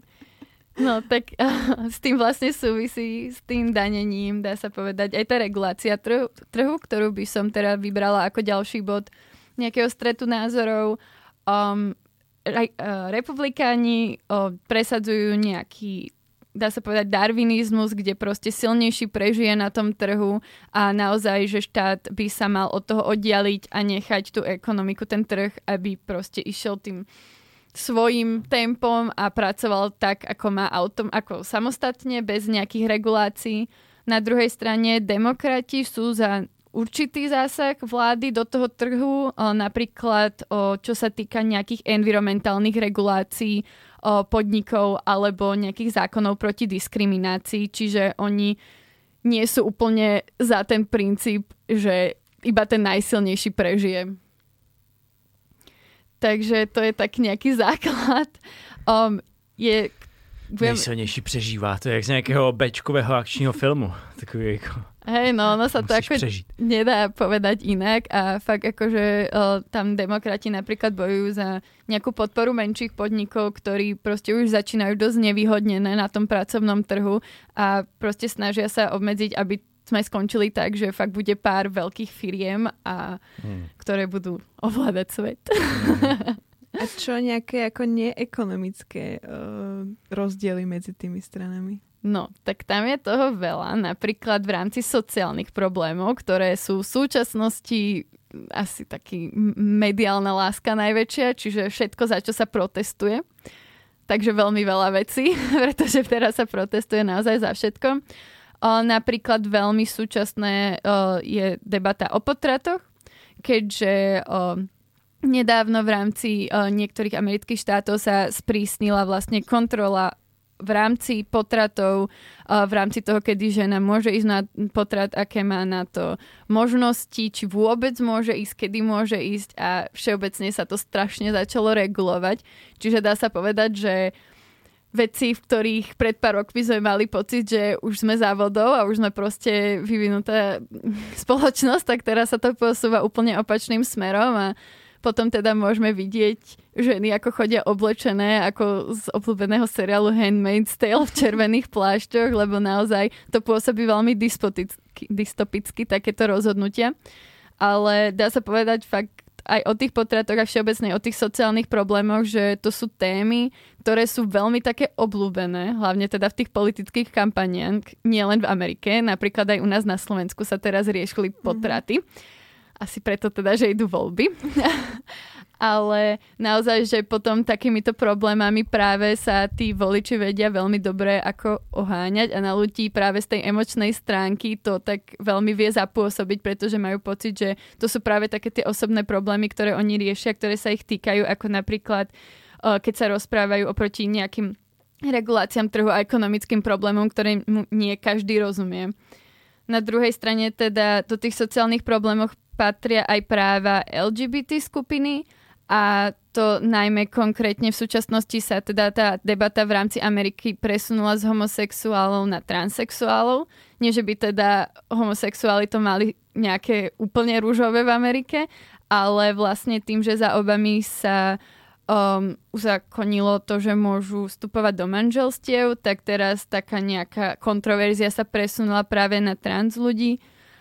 No tak uh, s tým vlastne súvisí, s tým danením, dá sa povedať, aj tá regulácia trhu, trhu, ktorú by som teda vybrala ako ďalší bod nejakého stretu názorov. Um, re, uh, republikáni uh, presadzujú nejaký, dá sa povedať, darwinizmus, kde proste silnejší prežije na tom trhu a naozaj, že štát by sa mal od toho oddialiť a nechať tú ekonomiku, ten trh, aby proste išiel tým svojím tempom a pracoval tak, ako má autom, ako samostatne, bez nejakých regulácií. Na druhej strane demokrati sú za určitý zásah vlády do toho trhu, o, napríklad o, čo sa týka nejakých environmentálnych regulácií o, podnikov alebo nejakých zákonov proti diskriminácii. Čiže oni nie sú úplne za ten princíp, že iba ten najsilnejší prežije. Takže to je tak nejaký základ. Um, je... Budem... Nejsilnější přežívá, to je jak z nejakého bečkového akčního filmu. Takový jako... Hej, no, ono sa to ako prežiť. Nedá povedať inak a fakt akože o, tam demokrati napríklad bojujú za nejakú podporu menších podnikov, ktorí proste už začínajú dosť nevýhodnené na tom pracovnom trhu a proste snažia sa obmedziť, aby sme skončili tak, že fakt bude pár veľkých firiem, a hmm. ktoré budú ovládať svet. Hmm. A čo nejaké ako neekonomické uh, rozdiely medzi tými stranami? No, tak tam je toho veľa, napríklad v rámci sociálnych problémov, ktoré sú v súčasnosti asi taký mediálna láska najväčšia, čiže všetko, za čo sa protestuje. Takže veľmi veľa vecí, pretože teraz sa protestuje naozaj za všetko. O, napríklad veľmi súčasné o, je debata o potratoch, keďže o, nedávno v rámci o, niektorých amerických štátov sa sprísnila vlastne kontrola v rámci potratov, v rámci toho, kedy žena môže ísť na potrat, aké má na to možnosti, či vôbec môže ísť, kedy môže ísť a všeobecne sa to strašne začalo regulovať. Čiže dá sa povedať, že veci, v ktorých pred pár rokmi sme mali pocit, že už sme závodou a už sme proste vyvinutá spoločnosť, tak teraz sa to posúva úplne opačným smerom a potom teda môžeme vidieť ženy, ako chodia oblečené, ako z obľúbeného seriálu Handmaid's Tale v červených plášťoch, lebo naozaj to pôsobí veľmi dystopicky, takéto rozhodnutia. Ale dá sa povedať fakt aj o tých potratoch a všeobecne o tých sociálnych problémoch, že to sú témy, ktoré sú veľmi také obľúbené, hlavne teda v tých politických kampaniách, nielen v Amerike, napríklad aj u nás na Slovensku sa teraz riešili potraty. Mm-hmm. Asi preto teda, že idú voľby. Ale naozaj, že potom takýmito problémami práve sa tí voliči vedia veľmi dobre ako oháňať a na ľudí práve z tej emočnej stránky to tak veľmi vie zapôsobiť, pretože majú pocit, že to sú práve také tie osobné problémy, ktoré oni riešia, ktoré sa ich týkajú, ako napríklad keď sa rozprávajú oproti nejakým reguláciám trhu a ekonomickým problémom, ktoré nie každý rozumie. Na druhej strane teda do tých sociálnych problémov patria aj práva el gé bé té skupiny a to najmä konkrétne v súčasnosti sa teda tá debata v rámci Ameriky presunula z homosexuálov na transsexuálov. Nie, že by teda homosexuáli to mali nejaké úplne rúžové v Amerike, ale vlastne tým, že za Obamy sa um, uzakonilo to, že môžu vstupovať do manželstiev, tak teraz taká nejaká kontroverzia sa presunula práve na trans ľudí.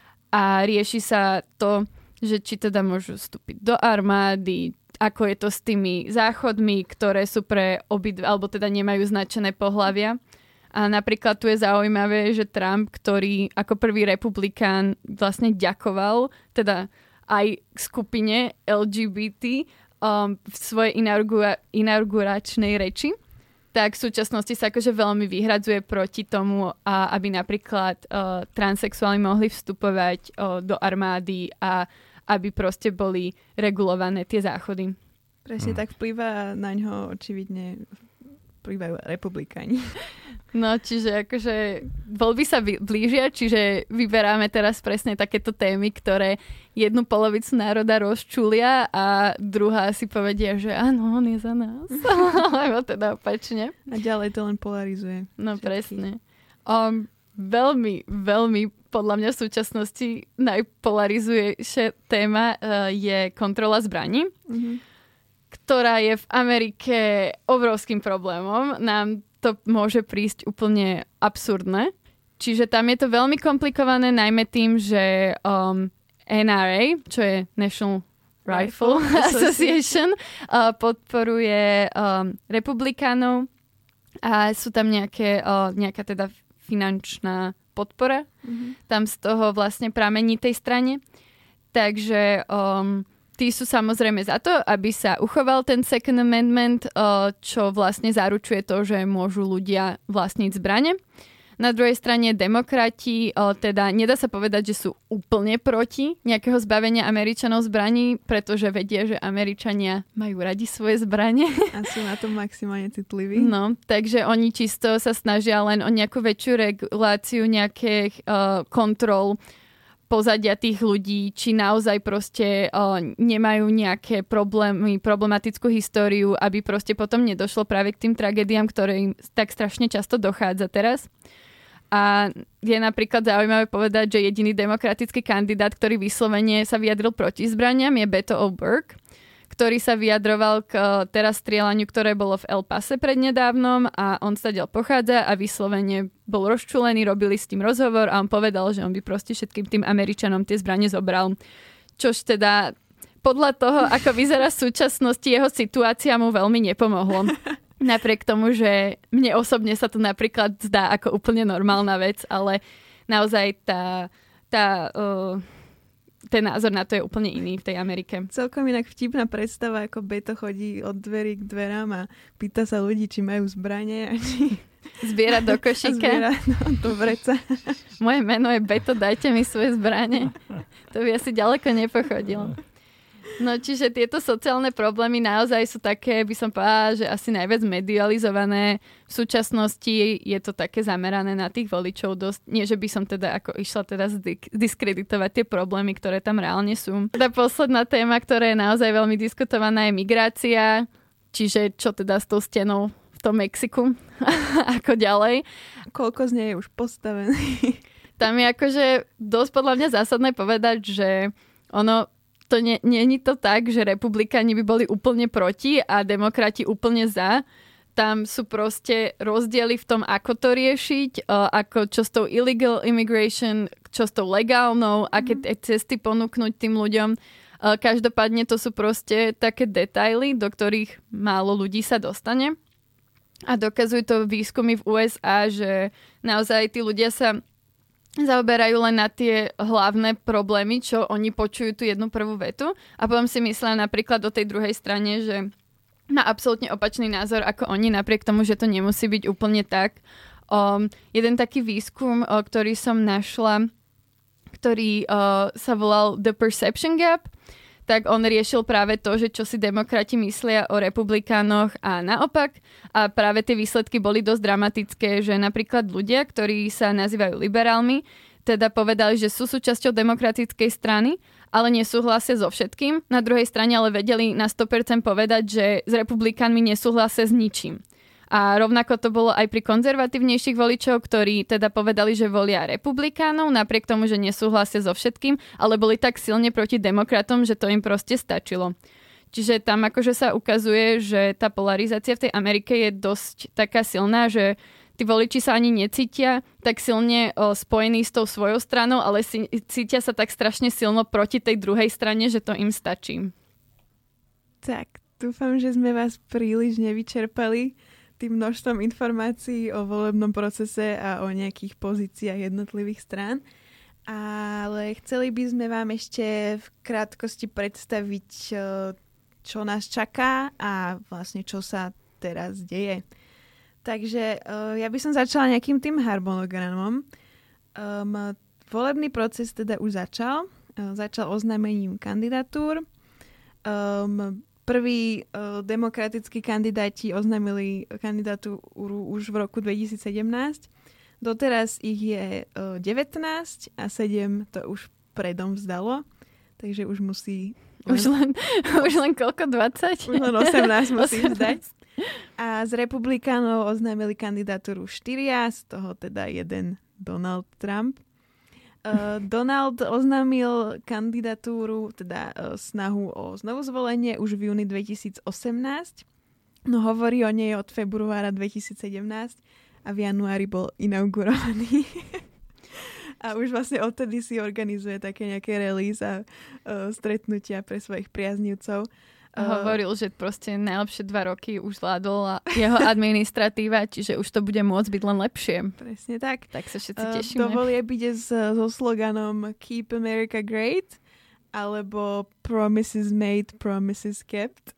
A rieši sa to, že či teda môžu vstúpiť do armády, ako je to s tými záchodmi, ktoré sú pre obidve, alebo teda nemajú značené pohlavia. A napríklad tu je zaujímavé, že Trump, ktorý ako prvý republikán vlastne ďakoval teda aj skupine el gé bé té um, v svojej inaugura- inauguračnej reči, tak v súčasnosti sa akože veľmi vyhradzuje proti tomu, a aby napríklad uh, transsexuáli mohli vstupovať uh, do armády a aby proste boli regulované tie záchody. Presne hmm. tak vplýva na ňo očividne vplývajú republikáni. No, čiže akože voľby sa blížia, čiže vyberáme teraz presne takéto témy, ktoré jednu polovicu národa rozčulia a druhá si povedia, že áno, on je za nás. Alebo teda opačne. A ďalej to len polarizuje. No všetky. Presne. Um, veľmi, veľmi podľa mňa v súčasnosti najpolarizujúšia téma uh, je kontrola zbraní. Mhm. Ktorá je v Amerike obrovským problémom. Nám to môže prísť úplne absurdné. Čiže tam je to veľmi komplikované, najmä tým, že um, en er á, čo je National Rifle, Rifle Association, uh, podporuje um, republikánov a sú tam nejaké, uh, nejaká teda finančná podpora. Mm-hmm. Tam z toho vlastne pramení tej strane. Takže um, tí sú samozrejme za to, aby sa uchoval ten Second Amendment, čo vlastne zaručuje to, že môžu ľudia vlastniť zbrane. Na druhej strane demokrati, teda nedá sa povedať, že sú úplne proti nejakého zbavenia Američanov zbraní, pretože vedia, že Američania majú radi svoje zbrane. A sú na to maximálne citliví. No, takže oni čisto sa snažia len o nejakú väčšiu reguláciu nejakých uh, kontrol pozadia tých ľudí, či naozaj proste o, nemajú nejaké problémy, problematickú históriu, aby proste potom nedošlo práve k tým tragédiám, ktoré im tak strašne často dochádza teraz. A je napríklad zaujímavé povedať, že jediný demokratický kandidát, ktorý vyslovene sa vyjadril proti zbraniam, je Beto O'Rourke, ktorý sa vyjadroval k teraz strieľaniu, ktoré bolo v El Pase prednedávnom a on stadiaľ pochádza a vyslovene bol rozčúlený, robili s tým rozhovor a on povedal, že on by proste všetkým tým Američanom tie zbrane zobral. Čož teda podľa toho, ako vyzerá v súčasnosti, jeho situácia mu veľmi nepomohlo. Napriek tomu, že mne osobne sa to napríklad zdá ako úplne normálna vec, ale naozaj tá... tá uh, ten názor na to je úplne iný v tej Amerike. Celkom inak vtipná predstava, ako Beto chodí od dverí k dverám a pýta sa ľudí, či majú zbranie a či... Zbiera do košíka. Zbiera no, do vreca. Moje meno je Beto, dajte mi svoje zbranie. To by asi ďaleko nepochodilo. No čiže tieto sociálne problémy naozaj sú také, by som povedala, že asi najviac medializované. V súčasnosti je to také zamerané na tých voličov dosť. Nie, že by som teda ako išla teda diskreditovať tie problémy, ktoré tam reálne sú. Teda posledná téma, ktorá je naozaj veľmi diskutovaná, je migrácia. Čiže čo teda s tou stenou v tom Mexiku? Ako ďalej? Koľko z nej je už postavený? Tam je akože dosť podľa mňa zásadné povedať, že ono to nie, nie je to tak, že republikáni by boli úplne proti a demokrati úplne za. Tam sú proste rozdiely v tom, ako to riešiť, ako čo s tou illegal immigration, čo s tou legálnou, aké mm. cesty ponúknuť tým ľuďom. Každopádne to sú proste také detaily, do ktorých málo ľudí sa dostane. A dokazujú to výskumy v ú es á, že naozaj tí ľudia sa zaoberajú len na tie hlavné problémy, čo oni počujú tú jednu prvú vetu a potom si myslia napríklad o tej druhej strane, že má absolútne opačný názor ako oni, napriek tomu, že to nemusí byť úplne tak. Um, jeden taký výskum, uh, ktorý som našla, ktorý uh, sa volal The Perception Gap, tak on riešil práve to, že čo si demokrati myslia o republikánoch a naopak. A práve tie výsledky boli dosť dramatické, že napríklad ľudia, ktorí sa nazývajú liberálmi, teda povedali, že sú súčasťou demokratickej strany, ale nesúhlasia so všetkým. Na druhej strane ale vedeli na sto percent povedať, že s republikánmi nesúhlasia s ničím. A rovnako to bolo aj pri konzervatívnejších voličov, ktorí teda povedali, že volia republikánov, napriek tomu, že nesúhlasia so všetkým, ale boli tak silne proti demokratom, že to im proste stačilo. Čiže tam akože sa ukazuje, že tá polarizácia v tej Amerike je dosť taká silná, že tí voliči sa ani necítia tak silne o, spojení s tou svojou stranou, ale si, cítia sa tak strašne silno proti tej druhej strane, že to im stačí. Tak, dúfam, že sme vás príliš nevyčerpali tým množstvom informácií o volebnom procese a o nejakých pozíciách jednotlivých strán. Ale chceli by sme vám ešte v krátkosti predstaviť, čo nás čaká a vlastne čo sa teraz deje. Takže ja by som začala nejakým tým harmonogramom. Um, volebný proces teda už začal. Začal oznámením kandidatúr. Um, Prví uh, demokratickí kandidáti oznámili kandidatúru už v roku dvetisícsedemnásť. Doteraz ich je uh, devätnásť a sedem to už predom vzdalo. Takže už musí... Len, už, len, už len koľko? dvadsať? Už len osemnásť musí vzdať. A z republikánov oznámili kandidatúru štyria, z toho teda jeden Donald Trump. Uh, Donald oznámil kandidatúru, teda uh, snahu o znovuzvolenie už v júni dvetisícosemnásť. No hovorí o nej od februára dvetisícsedemnásť a v januári bol inaugurovaný. A už vlastne odtedy si organizuje také nejaké release a uh, stretnutia pre svojich priaznivcov. A hovoril, že proste najlepšie dva roky už zvládol jeho administratíva, čiže už to bude môcť byť len lepšie. Presne tak. Tak sa všetci tešíme. Do volieb ide so sloganom Keep America Great alebo Promises Made, Promises Kept.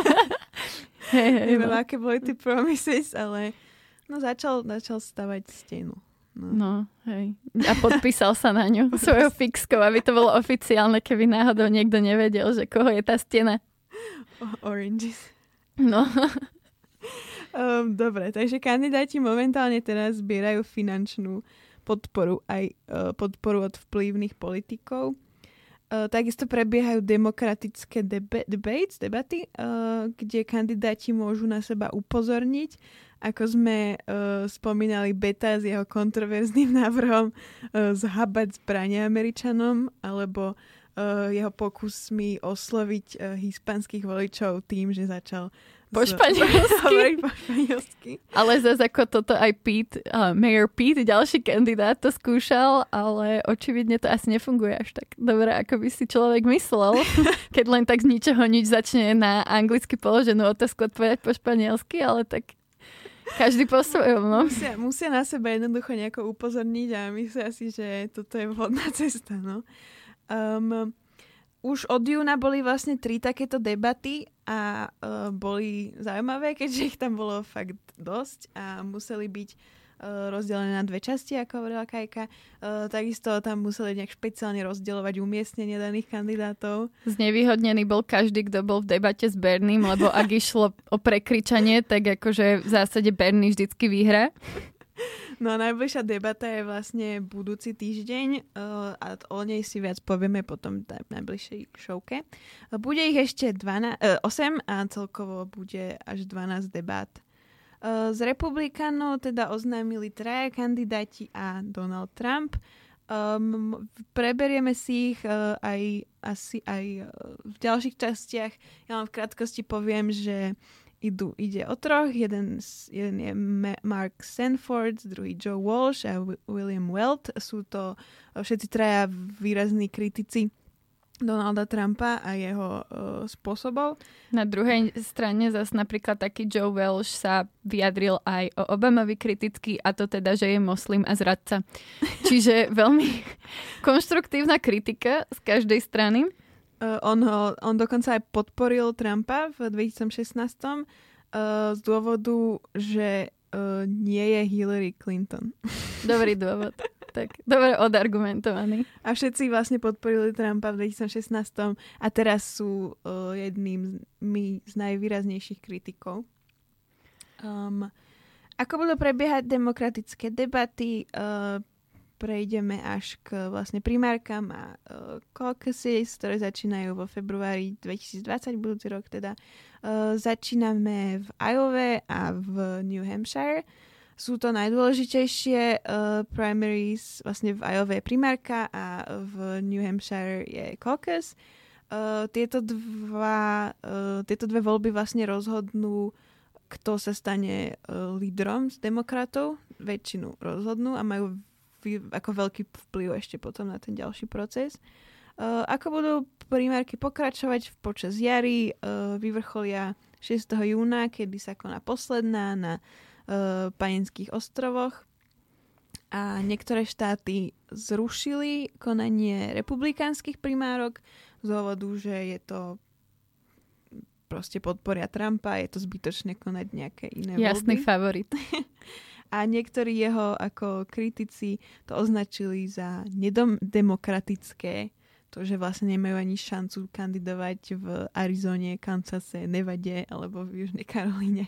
Hey, hey, Neviem, no. aké boli tie promises, ale no, začal, začal stavať stenu. No. no, hej. A podpísal sa na ňu svojou fixkou, aby to bolo oficiálne, keby náhodou niekto nevedel, že koho je tá stena. Oranges. No. um, dobre, takže kandidáti momentálne teraz zbierajú finančnú podporu, aj uh, podporu od vplyvných politikov. Uh, takisto prebiehajú demokratické deba- debates, debaty, uh, kde kandidáti môžu na seba upozorniť, ako sme uh, spomínali Beta s jeho kontroverzným návrhom uh, zhabať zbrania Američanom, alebo uh, jeho pokusmi osloviť uh, hispánskych voličov tým, že začal po španielsky. po španielsky. Ale zase ako toto aj Pete, uh, Mayor Pete, ďalší kandidát to skúšal, ale očividne to asi nefunguje až tak dobre, ako by si človek myslel. Keď len tak z ničoho nič začne na anglicky položenú otázku odpovedať po španielsky, ale tak každý po svojom, no. Musia, musia na seba jednoducho nejako upozorniť a myslia si, že toto je vhodná cesta, no. Um, Už od júna boli vlastne tri takéto debaty a uh, boli zaujímavé, keďže ich tam bolo fakt dosť a museli byť uh, rozdelené na dve časti, ako hovorila Kajka. Uh, takisto tam museli nejak špeciálne rozdielovať umiestnenie daných kandidátov. Znevýhodnený bol každý, kto bol v debate s Berným, lebo ak išlo o prekričanie, tak akože v zásade Bernie vždycky vyhrá. No a najbližšia debata je vlastne budúci týždeň uh, a o nej si viac povieme potom v najbližšej showke. Bude ich ešte dvanásť, uh, osem a celkovo bude až dvanásť debát. Uh, z republikánov teda oznámili traja kandidáti a Donald Trump. Um, preberieme si ich uh, aj asi aj uh, v ďalších častiach. Ja vám v krátkosti poviem, že Idú, ide o troch, jeden, jeden je Mark Sanford, druhý Joe Walsh a William Weld. Sú to všetci traja výrazní kritici Donalda Trumpa a jeho uh, spôsobov. Na druhej strane zase napríklad taký Joe Walsh sa vyjadril aj o Obamovi kriticky, a to teda, že je moslim a zradca. Čiže veľmi konštruktívna kritika z každej strany. Uh, on, ho, on dokonca aj podporil Trumpa v dvetisícšestnásť uh, z dôvodu, že uh, nie je Hillary Clinton. Dobrý dôvod. Tak, dobre odargumentovaný. A všetci vlastne podporili Trumpa v dvetisícšestnásť a teraz sú uh, jedným z najvýraznejších kritikov. Um, ako budú prebiehať demokratické debaty, uh, prejdeme až k vlastne primárkam a uh, caucuses, ktoré začínajú vo februári dvetisícdvadsať, budúci rok teda. Uh, začíname v Iowa a v New Hampshire. Sú to najdôležitejšie uh, primaries, vlastne v Iowa je primárka a v New Hampshire je caucus. Uh, tieto, dva, uh, tieto dve voľby vlastne rozhodnú, kto sa stane uh, lídrom z demokratov. Väčšinu rozhodnú a majú ako veľký vplyv ešte potom na ten ďalší proces. Uh, ako budú primárky pokračovať počas jary, uh, vyvrcholia šiesteho júna, kedy sa koná posledná na uh, Panenských ostrovoch. A niektoré štáty zrušili konanie republikánskych primárok z dôvodu, že je to proste podporia Trumpa, je to zbytočné konať nejaké iné voľby. Jasný favorit. A niektorí jeho ako kritici to označili za nedemokratické, to, že vlastne nemajú ani šancu kandidovať v Arizone, Kansase, Nevade alebo v Južnej Karolíne.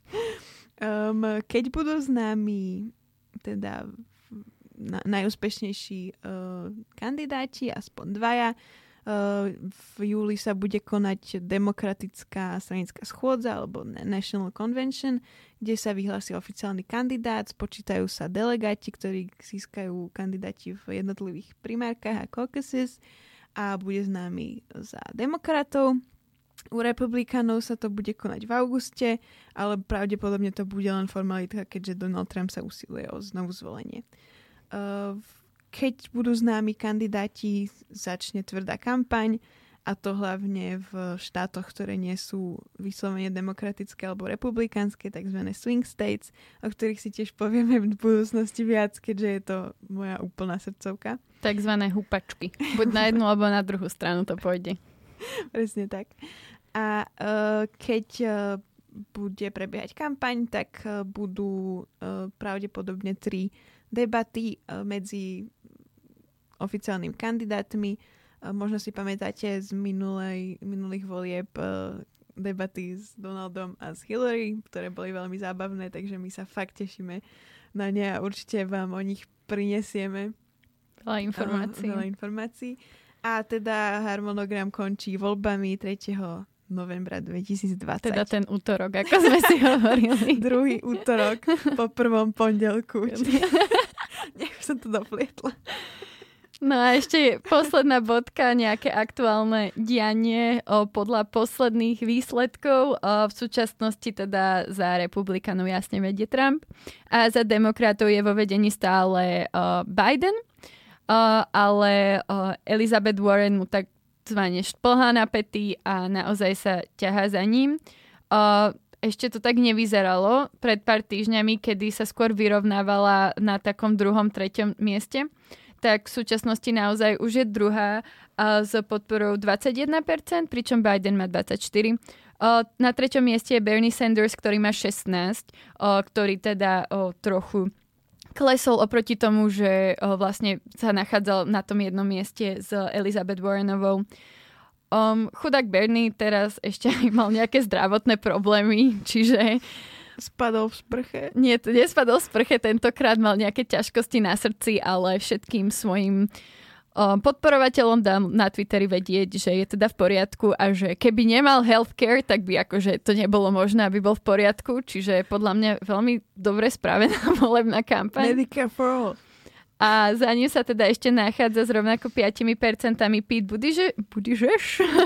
Um, keď budú známi teda na, najúspešnejší uh, kandidáti, aspoň dvaja, Uh, v júli sa bude konať demokratická stranická schôdza alebo National Convention, kde sa vyhlási oficiálny kandidát, spočítajú sa delegáti, ktorí získajú kandidáti v jednotlivých primárkach a caucuses a bude známy za demokratov. U republikánov sa to bude konať v auguste, ale pravdepodobne to bude len formalita, keďže Donald Trump sa usiluje o znovu zvolenie. Uh, Keď budú známi kandidáti, začne tvrdá kampaň, a to hlavne v štátoch, ktoré nie sú vyslovene demokratické alebo republikánske, takzvané swing states, o ktorých si tiež povieme v budúcnosti viac, keďže je to moja úplná srdcovka. Takzvané hupačky. Buď na jednu alebo na druhú stranu to pôjde. Presne tak. A uh, keď uh, bude prebiehať kampaň, tak uh, budú uh, pravdepodobne tri debaty uh, medzi oficiálnymi kandidátmi. Možno si pamätáte z minulej, minulých volieb debaty s Donaldom a s Hillary, ktoré boli veľmi zábavné, takže my sa fakt tešíme na ne a určite vám o nich prinesieme veľa informácií. Uh, veľa informácií. A teda harmonogram končí voľbami tretieho novembra dvetisícdvadsať. Teda ten útorok, ako sme si hovorili. Druhý útorok po prvom pondelku. Nech som to doplietla. No a ešte posledná bodka, nejaké aktuálne dianie o, podľa posledných výsledkov. O, v súčasnosti teda za republikanov jasne vedie Trump a za demokratov je vo vedení stále o, Biden, o, ale o, Elizabeth Warren mu tak zvane šplhá na päty a naozaj sa ťahá za ním. O, ešte to tak nevyzeralo pred pár týždňami, kedy sa skôr vyrovnávala na takom druhom, treťom mieste. Tak v súčasnosti naozaj už je druhá uh, s podporou dvadsaťjeden percent, pričom Biden má dvadsaťštyri percent. Uh, na treťom mieste je Bernie Sanders, ktorý má šestnásť percent, uh, ktorý teda uh, trochu klesol oproti tomu, že uh, vlastne sa nachádzal na tom jednom mieste s Elizabeth Warrenovou. Um, chudák Bernie teraz ešte aj mal nejaké zdravotné problémy, čiže spadol v sprche. Nie, to nespadol v sprche, tentokrát mal nejaké ťažkosti na srdci, ale všetkým svojim um, podporovateľom dám na Twitteri vedieť, že je teda v poriadku a že keby nemal healthcare, tak by akože to nebolo možné, aby bol v poriadku, čiže podľa mňa veľmi dobre spravená volebná kampaň. Medicare for all. A za ním sa teda ešte nachádza s rovnako päť percent Pete Buttigieg, Buttigieg?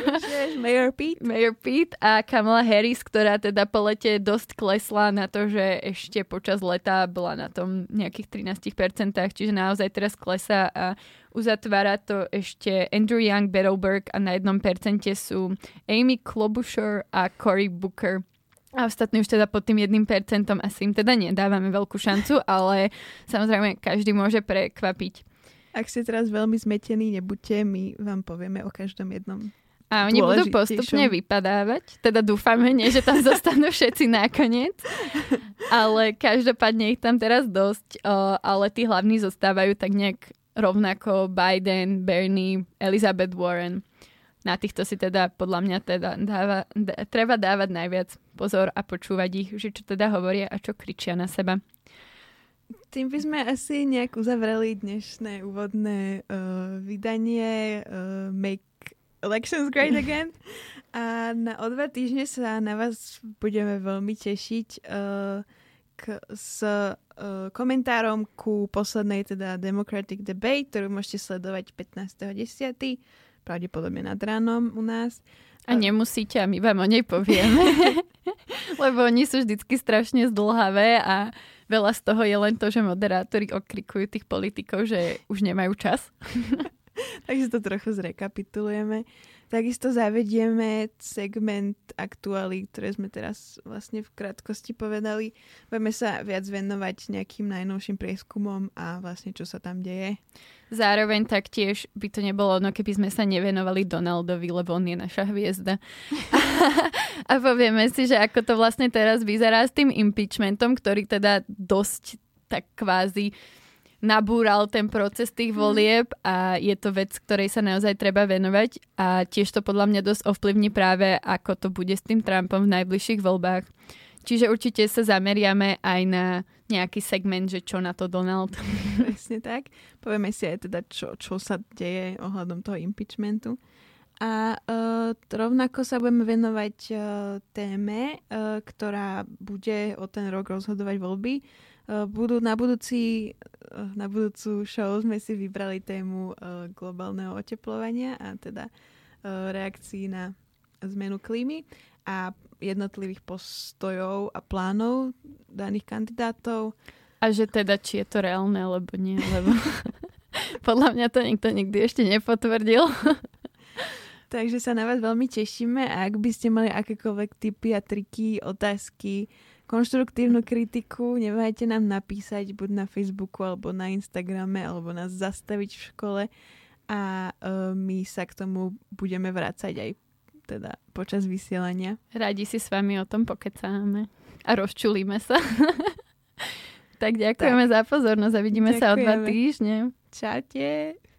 Mayor Pete. Mayor Pete a Kamala Harris, ktorá teda po lete dosť klesla na to, že ešte počas leta bola na tom nejakých trinásť percent, čiže naozaj teraz klesá a uzatvára to ešte Andrew Yang, Beto O'Rourke a na jednom percente sú Amy Klobuchar a Cory Booker. A ostatní už teda pod tým jedným percentom asi im teda nedávame veľkú šancu, ale samozrejme každý môže prekvapiť. Ak ste teraz veľmi zmetení, nebuďte, my vám povieme o každom jednom. A oni budú postupne vypadávať, teda dúfame, nie, že tam zostanú všetci nakoniec, ale každopádne ich tam teraz dosť, ale tí hlavní zostávajú tak nejak rovnako Biden, Bernie, Elizabeth Warren. Na týchto si teda podľa mňa teda dáva, d- treba dávať najviac pozor a počúvať ich, že čo teda hovoria a čo kričia na seba. Tým by sme asi nejak uzavreli dnešné úvodné uh, vydanie uh, Make Elections Great Again. A na o dva týždne sa na vás budeme veľmi tešiť uh, k, s uh, komentárom ku poslednej teda Democratic Debate, ktorú môžete sledovať pätnásteho desiateho pravdepodobne nad ránom u nás. A nemusíte, a my vám o nej povieme. Lebo oni sú vždycky strašne zdĺhavé a veľa z toho je len to, že moderátori okrikujú tých politikov, že už nemajú čas. Takže to trochu zrekapitulujeme. Takisto zavedieme segment aktuálí, ktoré sme teraz vlastne v krátkosti povedali. Budeme sa viac venovať nejakým najnovším prieskumom a vlastne čo sa tam deje. Zároveň taktiež by to nebolo ono, keby sme sa nevenovali Donaldovi, lebo on je naša hviezda. A povieme si, že ako to vlastne teraz vyzerá s tým impeachmentom, ktorý teda dosť tak kvázi nabúral ten proces tých volieb a je to vec, ktorej sa naozaj treba venovať a tiež to podľa mňa dosť ovplyvní práve, ako to bude s tým Trumpom v najbližších voľbách. Čiže určite sa zameriame aj na nejaký segment, že čo na to Donald. Presne tak. Povieme si aj teda, čo, čo sa deje ohľadom toho impeachmentu. A uh, rovnako sa budeme venovať uh, téme, uh, ktorá bude o ten rok rozhodovať voľby. Uh, budú na, budúci, uh, na budúcu show sme si vybrali tému uh, globálneho oteplovania a teda uh, reakcií na zmenu klímy a jednotlivých postojov a plánov daných kandidátov. A že teda, či je to reálne, alebo nie, lebo podľa mňa to nikto nikdy ešte nepotvrdil. Takže sa na vás veľmi tešíme a ak by ste mali akékoľvek tipy a triky, otázky, konštruktívnu kritiku, neváhajte nám napísať buď na Facebooku, alebo na Instagrame, alebo nás zastaviť v škole a uh, my sa k tomu budeme vracať aj teda počas vysielania. Radi si s vami o tom pokecáme a rozčulíme sa. Tak ďakujeme tak za pozornosť a vidíme ďakujeme. sa o dva týždne. Čaute.